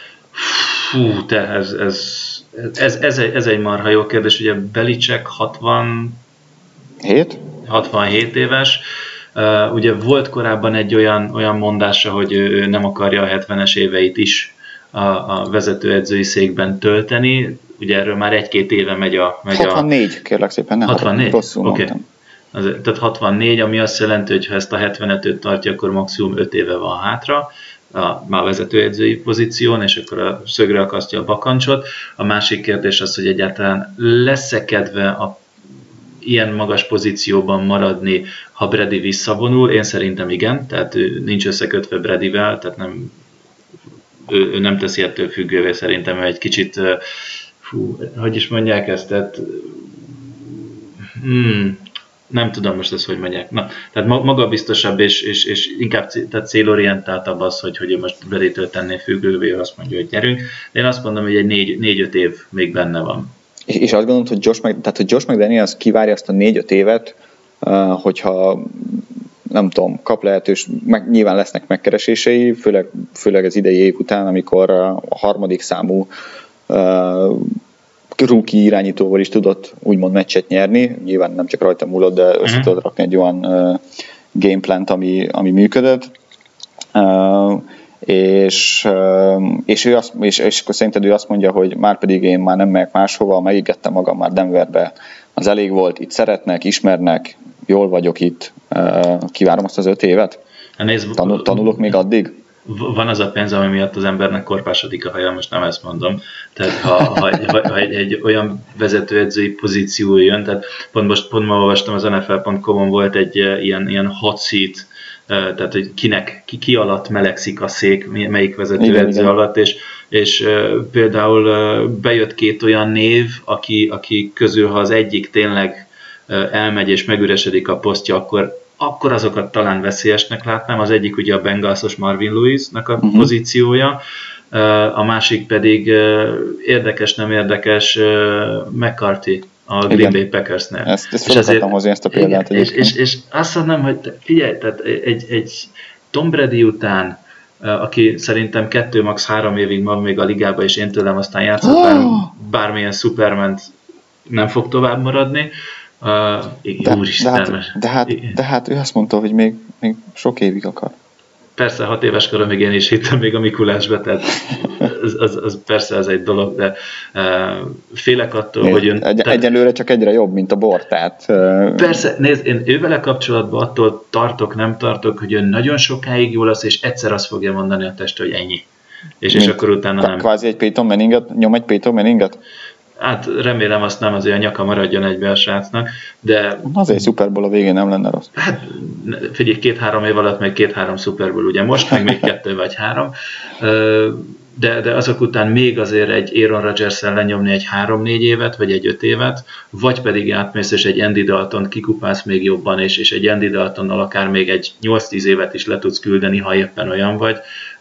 Fú, te, ez, ez, ez, ez, egy, ez egy marha jó kérdés. Ugye Belichick hatvan hét hatvanhét éves. Uh, ugye volt korábban egy olyan, olyan mondása, hogy ő nem akarja a hetvenes éveit is a, a vezetőedzői székben tölteni. Ugye erről már egy-két éve megy a... Megy hatvannégy, a... kérlek szépen, nem hatvannégy? Rosszul okay. mondtam. Az, tehát hatvannégy, ami azt jelenti, hogy ha ezt a hetvenet tartja, akkor maximum öt éve van hátra a, már a vezetőedzői pozíción, és akkor a szögre akasztja a bakancsot. A másik kérdés az, hogy egyáltalán lesz-e kedve a ilyen magas pozícióban maradni, ha Brady visszavonul? Én szerintem igen, tehát ő nincs összekötve Bradyvel, tehát nem, ő, ő nem teszi ettől függővé, szerintem ő egy kicsit, fú, hogy is mondják ezt, tehát hmm, nem tudom most ezt, hogy megyek. Na, tehát magabiztosabb és, és, és inkább tehát célorientáltabb az, hogy, hogy most Bradytől tenné függővé, azt mondja, hogy gyerünk. De én azt mondom, hogy egy négy, négy-öt év még benne van. És, és azt gondolod, hogy Josh, Mc, tehát, hogy Josh McDaniels kivárja azt a négy-öt évet, uh, hogyha nem tudom, kap lehetős, meg, nyilván lesznek megkeresései, főleg, főleg az idei év után, amikor a harmadik számú uh, rookie irányítóval is tudott úgymond meccset nyerni, nyilván nem csak rajta múlott, de össze uh-huh. tudott rakni egy olyan uh, gameplant, ami, ami működött. Uh, és, uh, és, ő azt, és, és akkor szerinted ő azt mondja, hogy már pedig én már nem megyek máshova, megígértem magam már Denverbe, az elég volt, itt szeretnek, ismernek, jól vagyok itt, uh, kivárom azt az öt évet? Nézd, Tanul, tanulok még addig? Van az a pénz, ami miatt az embernek korpásodik a haja, most nem ezt mondom. Tehát ha, ha, ha, ha egy, egy olyan vezetőedzői pozíció jön, tehát pont most pont ma olvastam az N F L pont com-on volt egy ilyen, ilyen hot seat, tehát hogy kinek, ki, ki alatt melegszik a szék, melyik vezetőedző alatt, és, és például bejött két olyan név, aki, aki közül, ha az egyik tényleg elmegy és megüresedik a posztja, akkor akkor azokat talán veszélyesnek látnám. Az egyik ugye a Bengalsos Marvin Lewisnak a uh-huh. pozíciója, a másik pedig érdekes, nem érdekes McCarthy a Green Bay Packersnél. Ezt, ezt fel akartam hozni ezt a példát. Igen, és, és, és azt mondom, hogy figyelj, tehát egy, egy Tom Brady után, aki szerintem kettő, max. három évig van még a ligában, és én tőlem aztán játszott, oh! bár, bármilyen Superman nem fog tovább maradni. Uh, de, de, hát, de, hát, de hát ő azt mondta, hogy még, még sok évig akar. Persze, hat éves koromig én is hittem még a Mikulásba, tehát az, az, az persze ez egy dolog, de uh, félek attól, nézd, hogy ön... Egy, tehát, egyelőre csak egyre jobb, mint a bor, tehát... Uh, persze, nézd, én ővele kapcsolatban attól tartok, nem tartok, hogy ön nagyon sokáig jó lesz, és egyszer azt fogja mondani a test, hogy ennyi. És, és akkor utána nem... Kvázi egy Peyton Manninget, nyom egy Peyton Manninget? Hát remélem azt nem, azért a nyaka maradjon egybe a srácnak, de... Azért Super Bowl a végén nem lenne rossz. Hát figyelj, két-három év alatt meg két-három Super Bowl, ugye most, meg még kettő vagy három, de, de azok után még azért egy Aaron Rodgers-szel lenyomni egy három-négy évet, vagy egy öt évet, vagy pedig átmész és egy Andy Dalton kikupálsz még jobban, és, és egy Andy Daltonnal akár még egy nyolc-tíz évet is le tudsz küldeni, ha éppen olyan vagy,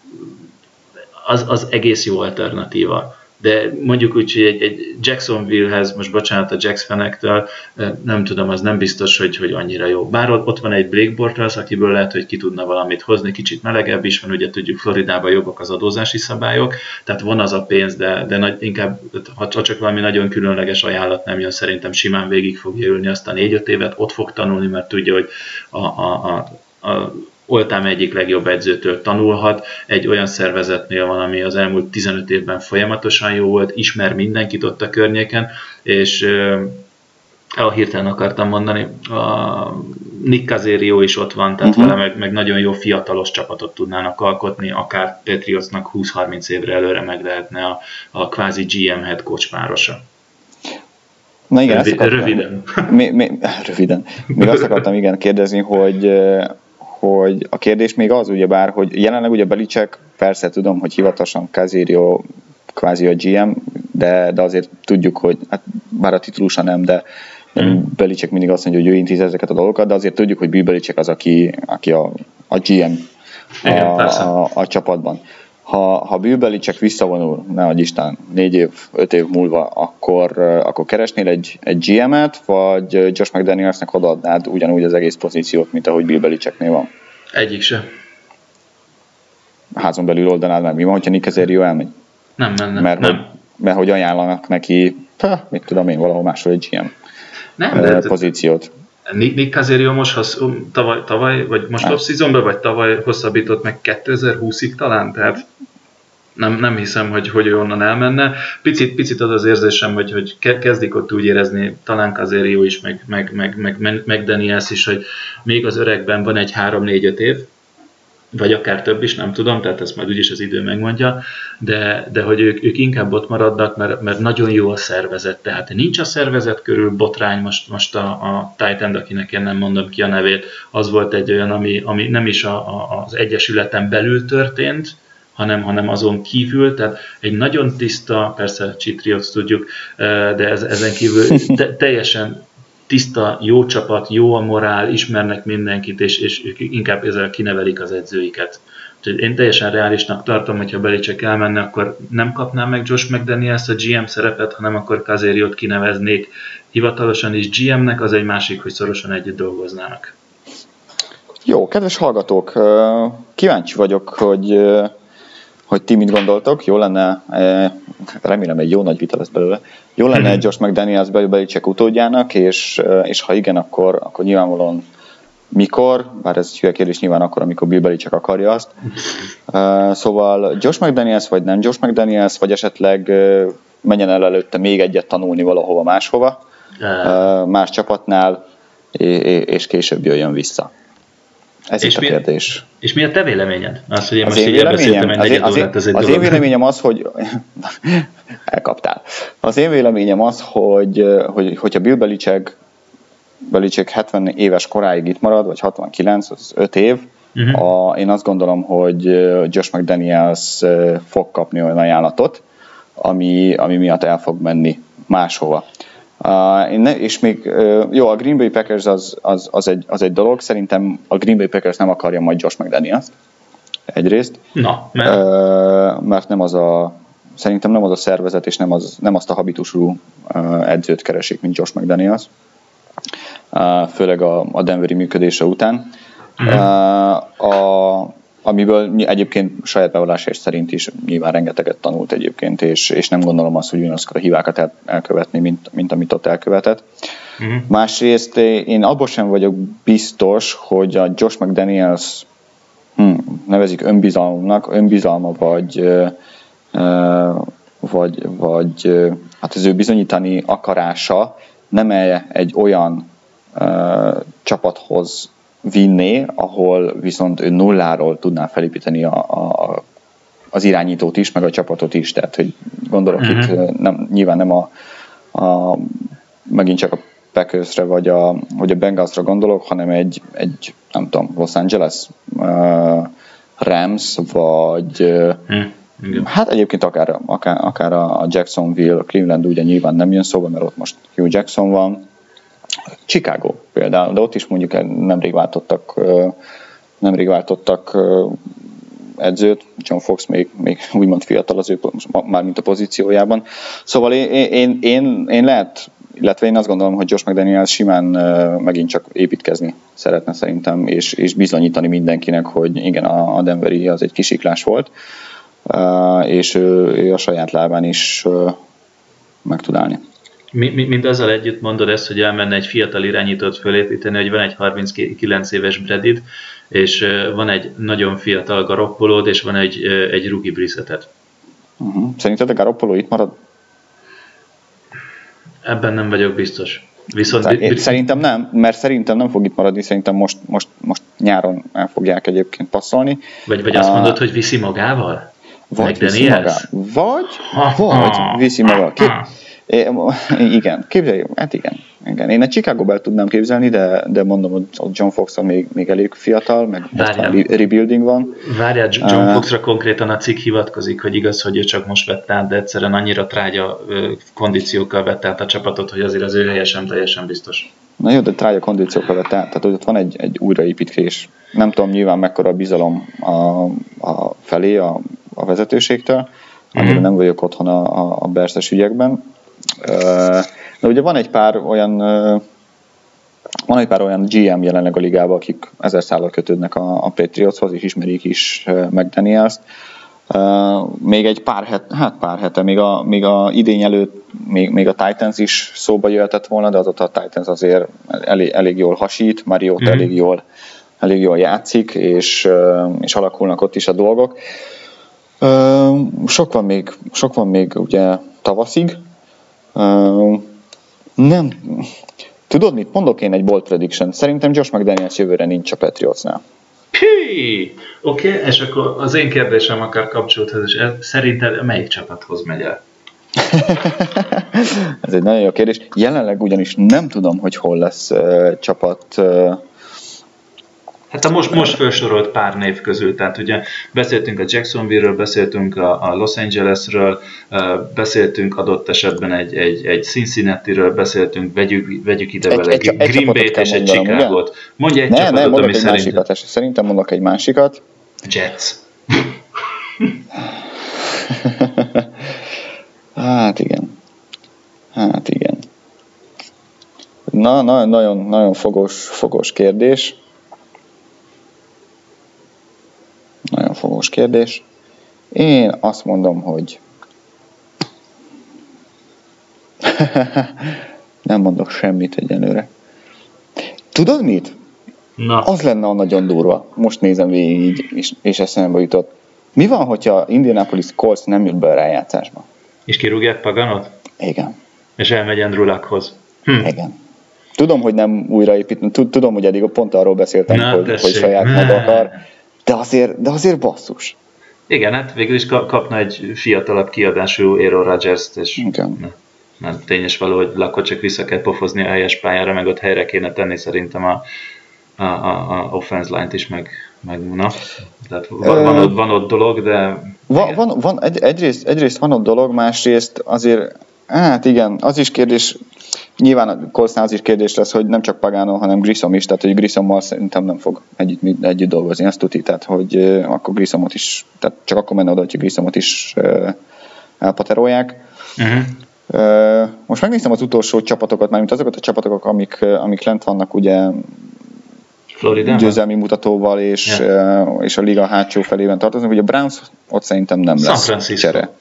az, az egész jó alternatíva. De mondjuk úgy, hogy egy, egy Jacksonvillehez, most bocsánat a Jacks fenektől, nem tudom, az nem biztos, hogy, hogy annyira jó. Bár ott van egy Blake Bortles, akiből lehet, hogy ki tudna valamit hozni, kicsit melegebb is van, ugye tudjuk, Floridában jobbak az adózási szabályok, tehát van az a pénz, de, de nagy, inkább, ha csak valami nagyon különleges ajánlat nem jön, szerintem simán végig fogja ülni azt a négy-öt évet, ott fog tanulni, mert tudja, hogy a, a, a, a oltám egyik legjobb edzőtől tanulhat, egy olyan szervezetnél van, ami az elmúlt tizenöt évben folyamatosan jó volt, ismer mindenkit ott a környéken, és eh, a hirtelen akartam mondani, a Nick Caserio is ott van, tehát uh-huh. vele meg, meg nagyon jó fiatalos csapatot tudnának alkotni, akár Patriotsnak húsz-harminc évre előre meg lehetne a, a kvázi gé em head coach párosa. Na igen, Rövid, akartam, röviden. Mi, mi, röviden. Még azt akartam igen kérdezni, hogy hogy a kérdés még az, ugyebár, hogy jelenleg ugye Belichick, persze tudom, hogy hivatalosan Caserio kvázi a gé em, de, de azért tudjuk, hogy hát bár a titulusa nem, de mm. Belichick mindig azt mondja, hogy ő intéz ezeket a dolgokat, de azért tudjuk, hogy Bill Belichick az, aki, aki a, a gé em igen, a, a, a csapatban. Ha, ha Bill Belichick visszavonul, ne adj Isten, négy év, öt év múlva, akkor, akkor keresnél egy, egy gé em-et, vagy Josh McDanielsnek odaadnád ugyanúgy az egész pozíciót, mint ahogy Bill Belichicknél van? Egyik se. Házon belül oldanád meg. Mi van, hogyha Nick Caserio elmegy? Nem, nem, nem. Mert, nem. Hogy, mert hogy ajánlanak neki, ha, mit tudom én, valahol máshol egy gé em nem, de, pozíciót. Nick, Nick Caserio most hossz, tavaly, tavaly, vagy most off-seasonban, vagy tavaly hosszabbított meg kétezer-húszig talán, tehát nem, nem hiszem, hogy, hogy ő onnan elmenne. Picit, picit az az érzésem, hogy, hogy kezdik ott úgy érezni, talán Caserio is, meg, meg, meg, meg, meg Daniels is, hogy még az öregben van egy három-négy-öt év, vagy akár több is, nem tudom, tehát ezt majd úgyis az idő megmondja, de, de hogy ők, ők inkább ott maradnak, mert, mert nagyon jó a szervezet, tehát nincs a szervezet körül botrány, most, most a, a tight end, akinek én nem mondom ki a nevét, az volt egy olyan, ami, ami nem is a, a, az egyesületen belül történt, hanem, hanem azon kívül, tehát egy nagyon tiszta, persze Chitriots tudjuk, de ez, ezen kívül te, teljesen tiszta, jó csapat, jó a morál, ismernek mindenkit, és, és ők inkább ezzel kinevelik az edzőiket. Úgyhogy én teljesen reálisnak tartom, hogyha Belichick elmenne, akkor nem kapná meg Josh McDaniels a gé em szerepet, hanem akkor Caseriot kineveznék hivatalosan is gé em-nek, az egy másik, hogy szorosan együtt dolgoznának. Jó, kedves hallgatók, kíváncsi vagyok, hogy, hogy ti mit gondoltok. Jó lenne, remélem egy jó nagy vita lesz belőle, jó lenne Josh McDaniels Belichick utódjának, és, és ha igen, akkor, akkor nyilvánvalóan mikor, bár ez hülye kérdés, nyilván akkor, amikor Bill Belichick akarja azt. Szóval Josh McDaniels, vagy nem Josh McDaniels, vagy esetleg menjen el előtte még egyet tanulni valahova máshova, más csapatnál, és később jöjjön vissza. Ez és itt a kérdés. Mi, és mi a te véleményed? Az, hogy én az most így elbeszéltem egy negyed órát, ez egy Az dolog. én véleményem az, hogy elkaptál. Az én véleményem az, hogy, hogy hogyha Bill Belichick, Belichick hetven éves koráig itt marad, vagy hatvankilenc, az öt év, uh-huh. a, én azt gondolom, hogy Josh McDaniels fog kapni olyan ajánlatot, ami, ami miatt el fog menni máshova. Uh, ne, és még, uh, jó, a Green Bay Packers az, az, az, egy, az egy dolog, szerintem a Green Bay Packers nem akarja majd Josh McDaniels-t, egyrészt, Na, mert? Uh, mert nem az a, szerintem nem az a szervezet, és nem, az, nem azt a habitusú uh, edzőt keresik, mint Josh McDaniels, uh, főleg a, a Denveri működése után. Mm-hmm. Uh, a amiből egyébként saját bevallásás szerint is nyilván rengeteget tanult egyébként, és, és nem gondolom azt, hogy ugyanazokat a hibákat el, elkövetni, mint, mint amit ott elkövetett. Uh-huh. Másrészt én abban sem vagyok biztos, hogy a Josh McDaniels hm, nevezik önbizalomnak, önbizalma vagy, vagy, vagy hát az ő bizonyítani akarása nem egy olyan uh, csapathoz vinné, ahol viszont ő nulláról tudná felépíteni a, a, az irányítót is, meg a csapatot is. Tehát, hogy gondolok uh-huh. itt nem, nyilván nem a, a megint csak a Packersre vagy a, vagy a Bengalsra gondolok, hanem egy, egy nem tudom, Los Angeles uh, Rams, vagy uh, hát egyébként akár, akár, akár a Jacksonville, a Cleveland ugye nyilván nem jön szóba, mert ott most Hugh Jackson van, Chicago például, de ott is mondjuk nemrég váltottak, nemrég váltottak edzőt, John Fox még, még úgymond fiatal az ő, már mint a pozíciójában. Szóval én, én, én, én lehet, illetve én azt gondolom, hogy Josh McDaniels simán megint csak építkezni szeretne szerintem, és, és bizonyítani mindenkinek, hogy igen, a Denveri az egy kisiklás volt, és ő, ő a saját lábán is meg tud állni. Mindazzal együtt mondod ezt, hogy elmenne egy fiatal irányítót fölépíteni, hogy van egy harminckilenc éves Bradid, és van egy nagyon fiatal Garoppolód, és van egy, egy rookie Brissettet. Uh-huh. Szerinted a Garoppolo itt marad? Ebben nem vagyok biztos. Viszont Tehát, b- szerintem nem, mert szerintem nem fog itt maradni, szerintem most, most, most nyáron el fogják egyébként passzolni. Vagy, vagy azt uh, mondod, hogy viszi magával? Vagy viszi magával. Vagy, vagy viszi magával. Ki? É, igen, képzelj, hát igen, igen. Én egy Chicago-bel tudnám képzelni, de, de mondom, hogy John Fox még, még elég fiatal, meg most már rebuilding van. Várjál, John uh, Foxra konkrétan a cikk hivatkozik, hogy igaz, hogy ő csak most vett át, de egyszerűen annyira trágya kondíciókkal vett át a csapatot, hogy azért az ő helye sem teljesen biztos. Na jó, de trágya kondíciókkal vett át, tehát ott van egy, egy újraépítés. Nem tudom nyilván mekkora a bizalom a, a felé, a, a vezetőségtől, annyira mm-hmm. nem vagyok otthon a, a, a Bears-es ügyekben. De ugye van egy pár olyan van egy pár olyan gé em jelenleg a ligában, akik ezer szállal kötődnek a, a Patriotshoz, és ismerik is McDaniels-t. Még egy pár, het, hát pár hete, még a, még a idény előtt még, még a Titans is szóba jöhetett volna, de azóta a Titans azért elég, elég jól hasít, Mariota mm-hmm. elég jól, elég jól játszik, és, és alakulnak ott is a dolgok. Sok van még, sok van még ugye tavaszig. Uh, nem. Tudod mit? Mondok én egy bold prediction. Szerintem Josh McDaniels jövőre nincs a Patriotsnál. Oké, okay, és akkor az én kérdésem akár kapcsolódhat, és szerinted melyik csapathoz megy el? Ez egy nagyon jó kérdés. Jelenleg ugyanis nem tudom, hogy hol lesz uh, csapat... Uh, Hát a most, most felsorolt pár név közül, tehát ugye beszéltünk a Jacksonville-ről, beszéltünk a, a Los Angelesről, beszéltünk adott esetben egy, egy, egy Cincinnati-ről, beszéltünk, vegyük, vegyük ide vele egy, egy Green Bay-t és egy Chicago-t. Mondja egy ne, csapatot, ne, mondok ami egy szerint... másikat, szerintem mondok egy másikat. Jets. Hát igen. Hát igen. Na, na nagyon, nagyon fogos, fogos kérdés. fogós kérdés. Én azt mondom, hogy nem mondok semmit egyenlőre. Tudod mit? Na. Az lenne a nagyon durva. Most nézem végig így, és, és eszembe jutott. Mi van, hogyha Indianapolis Colts nem jut be a rájátszásba? És kirúgják Paganot? Igen. És elmegy Andrew Luckhoz. Hm. Igen. Tudom, hogy nem újraépíteni, tudom, hogy eddig pont arról beszéltem, Na, hogy, hogy saját maga akar, de azért, de azért basszus. Igen, hát végül is kapna egy fiatalabb kiadású Aaron Rodgers-t, és Igen. nem tényes való, hogy Luckot csak vissza kell pofozni a helyes pályára, meg ott helyre kéne tenni szerintem a, a, a, a offense line-t is, meg, meg na. Tehát van, van, ott, van ott dolog, de... Van, van, van egy, egyrészt, egyrészt van ott dolog, másrészt azért, hát igen, az is kérdés, nyilván a Coltsnál az is kérdés lesz, hogy nem csak Pagano, hanem Grissom is, tehát hogy Grissommal szerintem nem fog együtt, együtt dolgozni, azt tuti, tehát hogy uh, akkor Grissomot is, tehát csak akkor menne oda, hogy Grissomot is uh, elpaterolják. Uh-huh. Uh, most megnéztem az utolsó csapatokat, mármint azokat a csapatokat, amik, uh, amik lent vannak ugye Floridában? Győzelmi mutatóval, és, yeah. uh, és a liga hátsó felében tartoznak, ugye a Browns ott szerintem nem San lesz Francisco. Csere.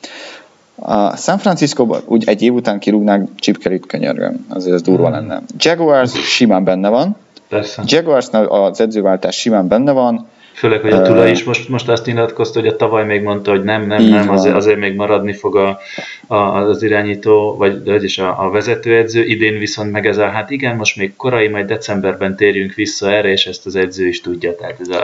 A San Francisco-ban úgy egy év után kirúgnák Chip Kellyt, könyörgöm, azért ez durva mm. lenne. Jaguars simán benne van. Persze. Jaguarsnál az edzőváltás simán benne van. Főleg, hogy a Tula is most, most azt nyilatkozta, hogy a tavaly még mondta, hogy nem, nem, nem, azért, azért még maradni fog a, a, az irányító, vagy de is a, a vezetőedző, idén viszont meg ez a, hát igen, most még korai, majd decemberben térjünk vissza erre, és ezt az edző is tudja, tehát ez a...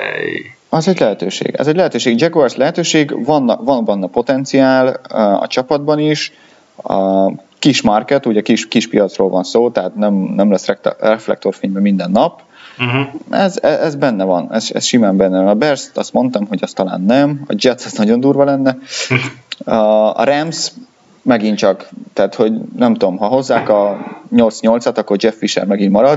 Az egy lehetőség, ez egy lehetőség, Jaguars lehetőség, van, van benne potenciál a csapatban is, a kis market, ugye kis, kis piacról van szó, tehát nem, nem lesz reflektorfényben minden nap. Uh-huh. Ez, ez benne van, ez, ez simán benne van. A Bears, azt mondtam, hogy az talán nem, a Jets az nagyon durva lenne. A, a Rams megint csak, tehát hogy nem tudom, ha hozzák a nyolc nyolcat, akkor Jeff Fisher megint marad.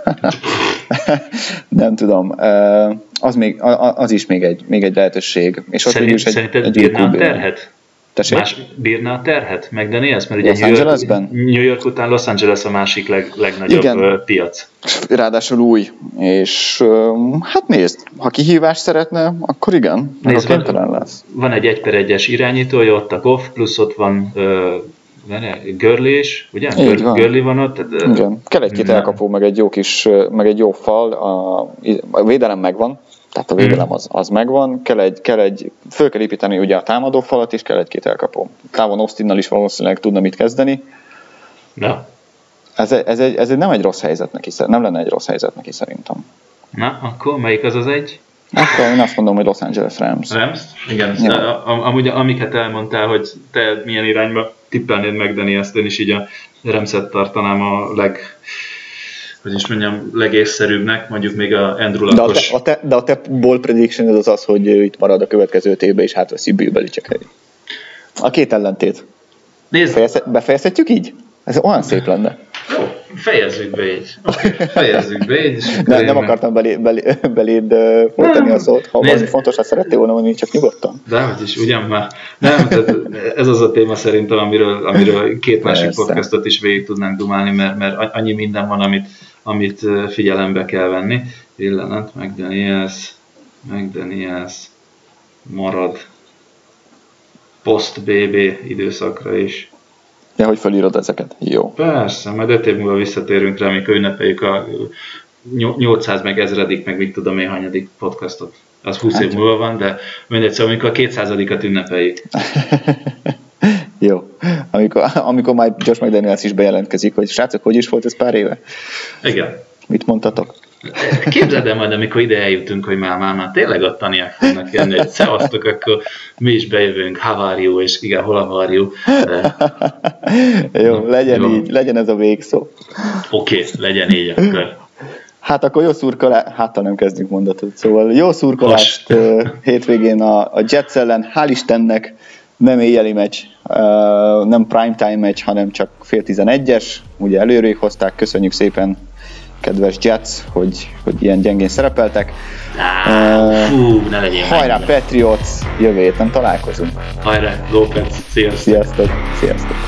Nem tudom. Az, még, az is még egy, még egy lehetőség. És ott Szerint, is egy, szerinted egy bírná a terhet? Tessék? Más bírná a terhet? McDaniels? Mert ugye Los New York, Angelesben? New York után Los Angeles a másik leg, legnagyobb Igen. piac. Ráadásul új. És hát nézd, ha kihívást szeretne, akkor igen. Nézd, akkor van, lesz. Van egy egy per egyes irányítója, ott a Goff, plusz ott van uh, Gurley is, ugye? Gurley van. Gurley van ott. Tehát, uh, igen. Kell egy-két elkapó, meg egy jó kis, meg egy jó fal. A, a védelem megvan. Tehát a védelem az, az megvan, kell egy, kell egy, föl kell építeni ugye a támadó falat, és kell egy-két elkapó. Távon Austinnal is valószínűleg tudna mit kezdeni. Na. Ez, ez, egy, ez egy nem egy rossz helyzet neki, nem lenne egy rossz helyzet neki szerintem. Na, akkor melyik az az egy? Akkor én azt mondom, hogy Los Angeles Rams. Rams? Igen. Ja. Amúgy amiket elmondtál, hogy te milyen irányba tippelnéd meg, Dani, ezt én is így a Ramset tartanám a leg... hogy is mondjam, legészszerűbbnek, mondjuk még a Andrew Luckos. De a te, a te, de a te bold prediction az az, hogy itt marad a következő évben, és hátveszi Bill Belichick helyét. A két ellentét. Fejez, befejezhetjük így? Ez olyan szép lenne. Jó, fejezzük be így. Okay, fejezzük be így. Ne, nem akartam beléd, beléd, beléd folytani a szót, ha valami fontosat szerettél volna mondani, csak nyugodtan. De hogy is, ugyan már. Nem, ez az a téma szerintem, amiről, amiről két másik Persze. podcastot is végig tudnánk dumálni, mert, mert annyi minden van, amit, amit figyelembe kell venni. Pillanat, McDaniels, McDaniels marad post-bé bé időszakra is. Ja, hogy felírod ezeket? Jó. Persze, majd öt év múlva visszatérünk rá, amikor ünnepeljük a nyolcszáz meg ezredik, meg mit tudom én, hanyadik podcastot. Az húsz hát év múlva van, de mindegy, szóval amikor a kétszázadikat ünnepeljük. Jó. Amikor, amikor majd Josh McDaniels is bejelentkezik, hogy srácok, hogy is volt ez pár éve? Igen. Mit mondtatok? Képzeld el majd, amikor ide eljutunk, hogy már, már, már tényleg a taniák fognak jönni, hogy szevasztok, akkor mi is bejövünk, how are you, és igen, hol are you. De... Jó, no, legyen jó. Így, legyen ez a végszó. Oké, okay, legyen így akkor. Hát akkor jó szurkolást, hát ha nem kezdjük mondatot, szóval jó szurkolást uh, hétvégén a, a Jets ellen, hál' Istennek nem éjjeli meccs, uh, nem primetime meccs, hanem csak fél tizenegyes, ugye előrébb hozták, köszönjük szépen, kedves Jets, hogy, hogy ilyen gyengén szerepeltek. Ah, uh, fú, ne legyél hajrá, Patriots, jövő héten találkozunk. Hajrá, Go Pets, sziasztok! Sziasztok! Sziasztok!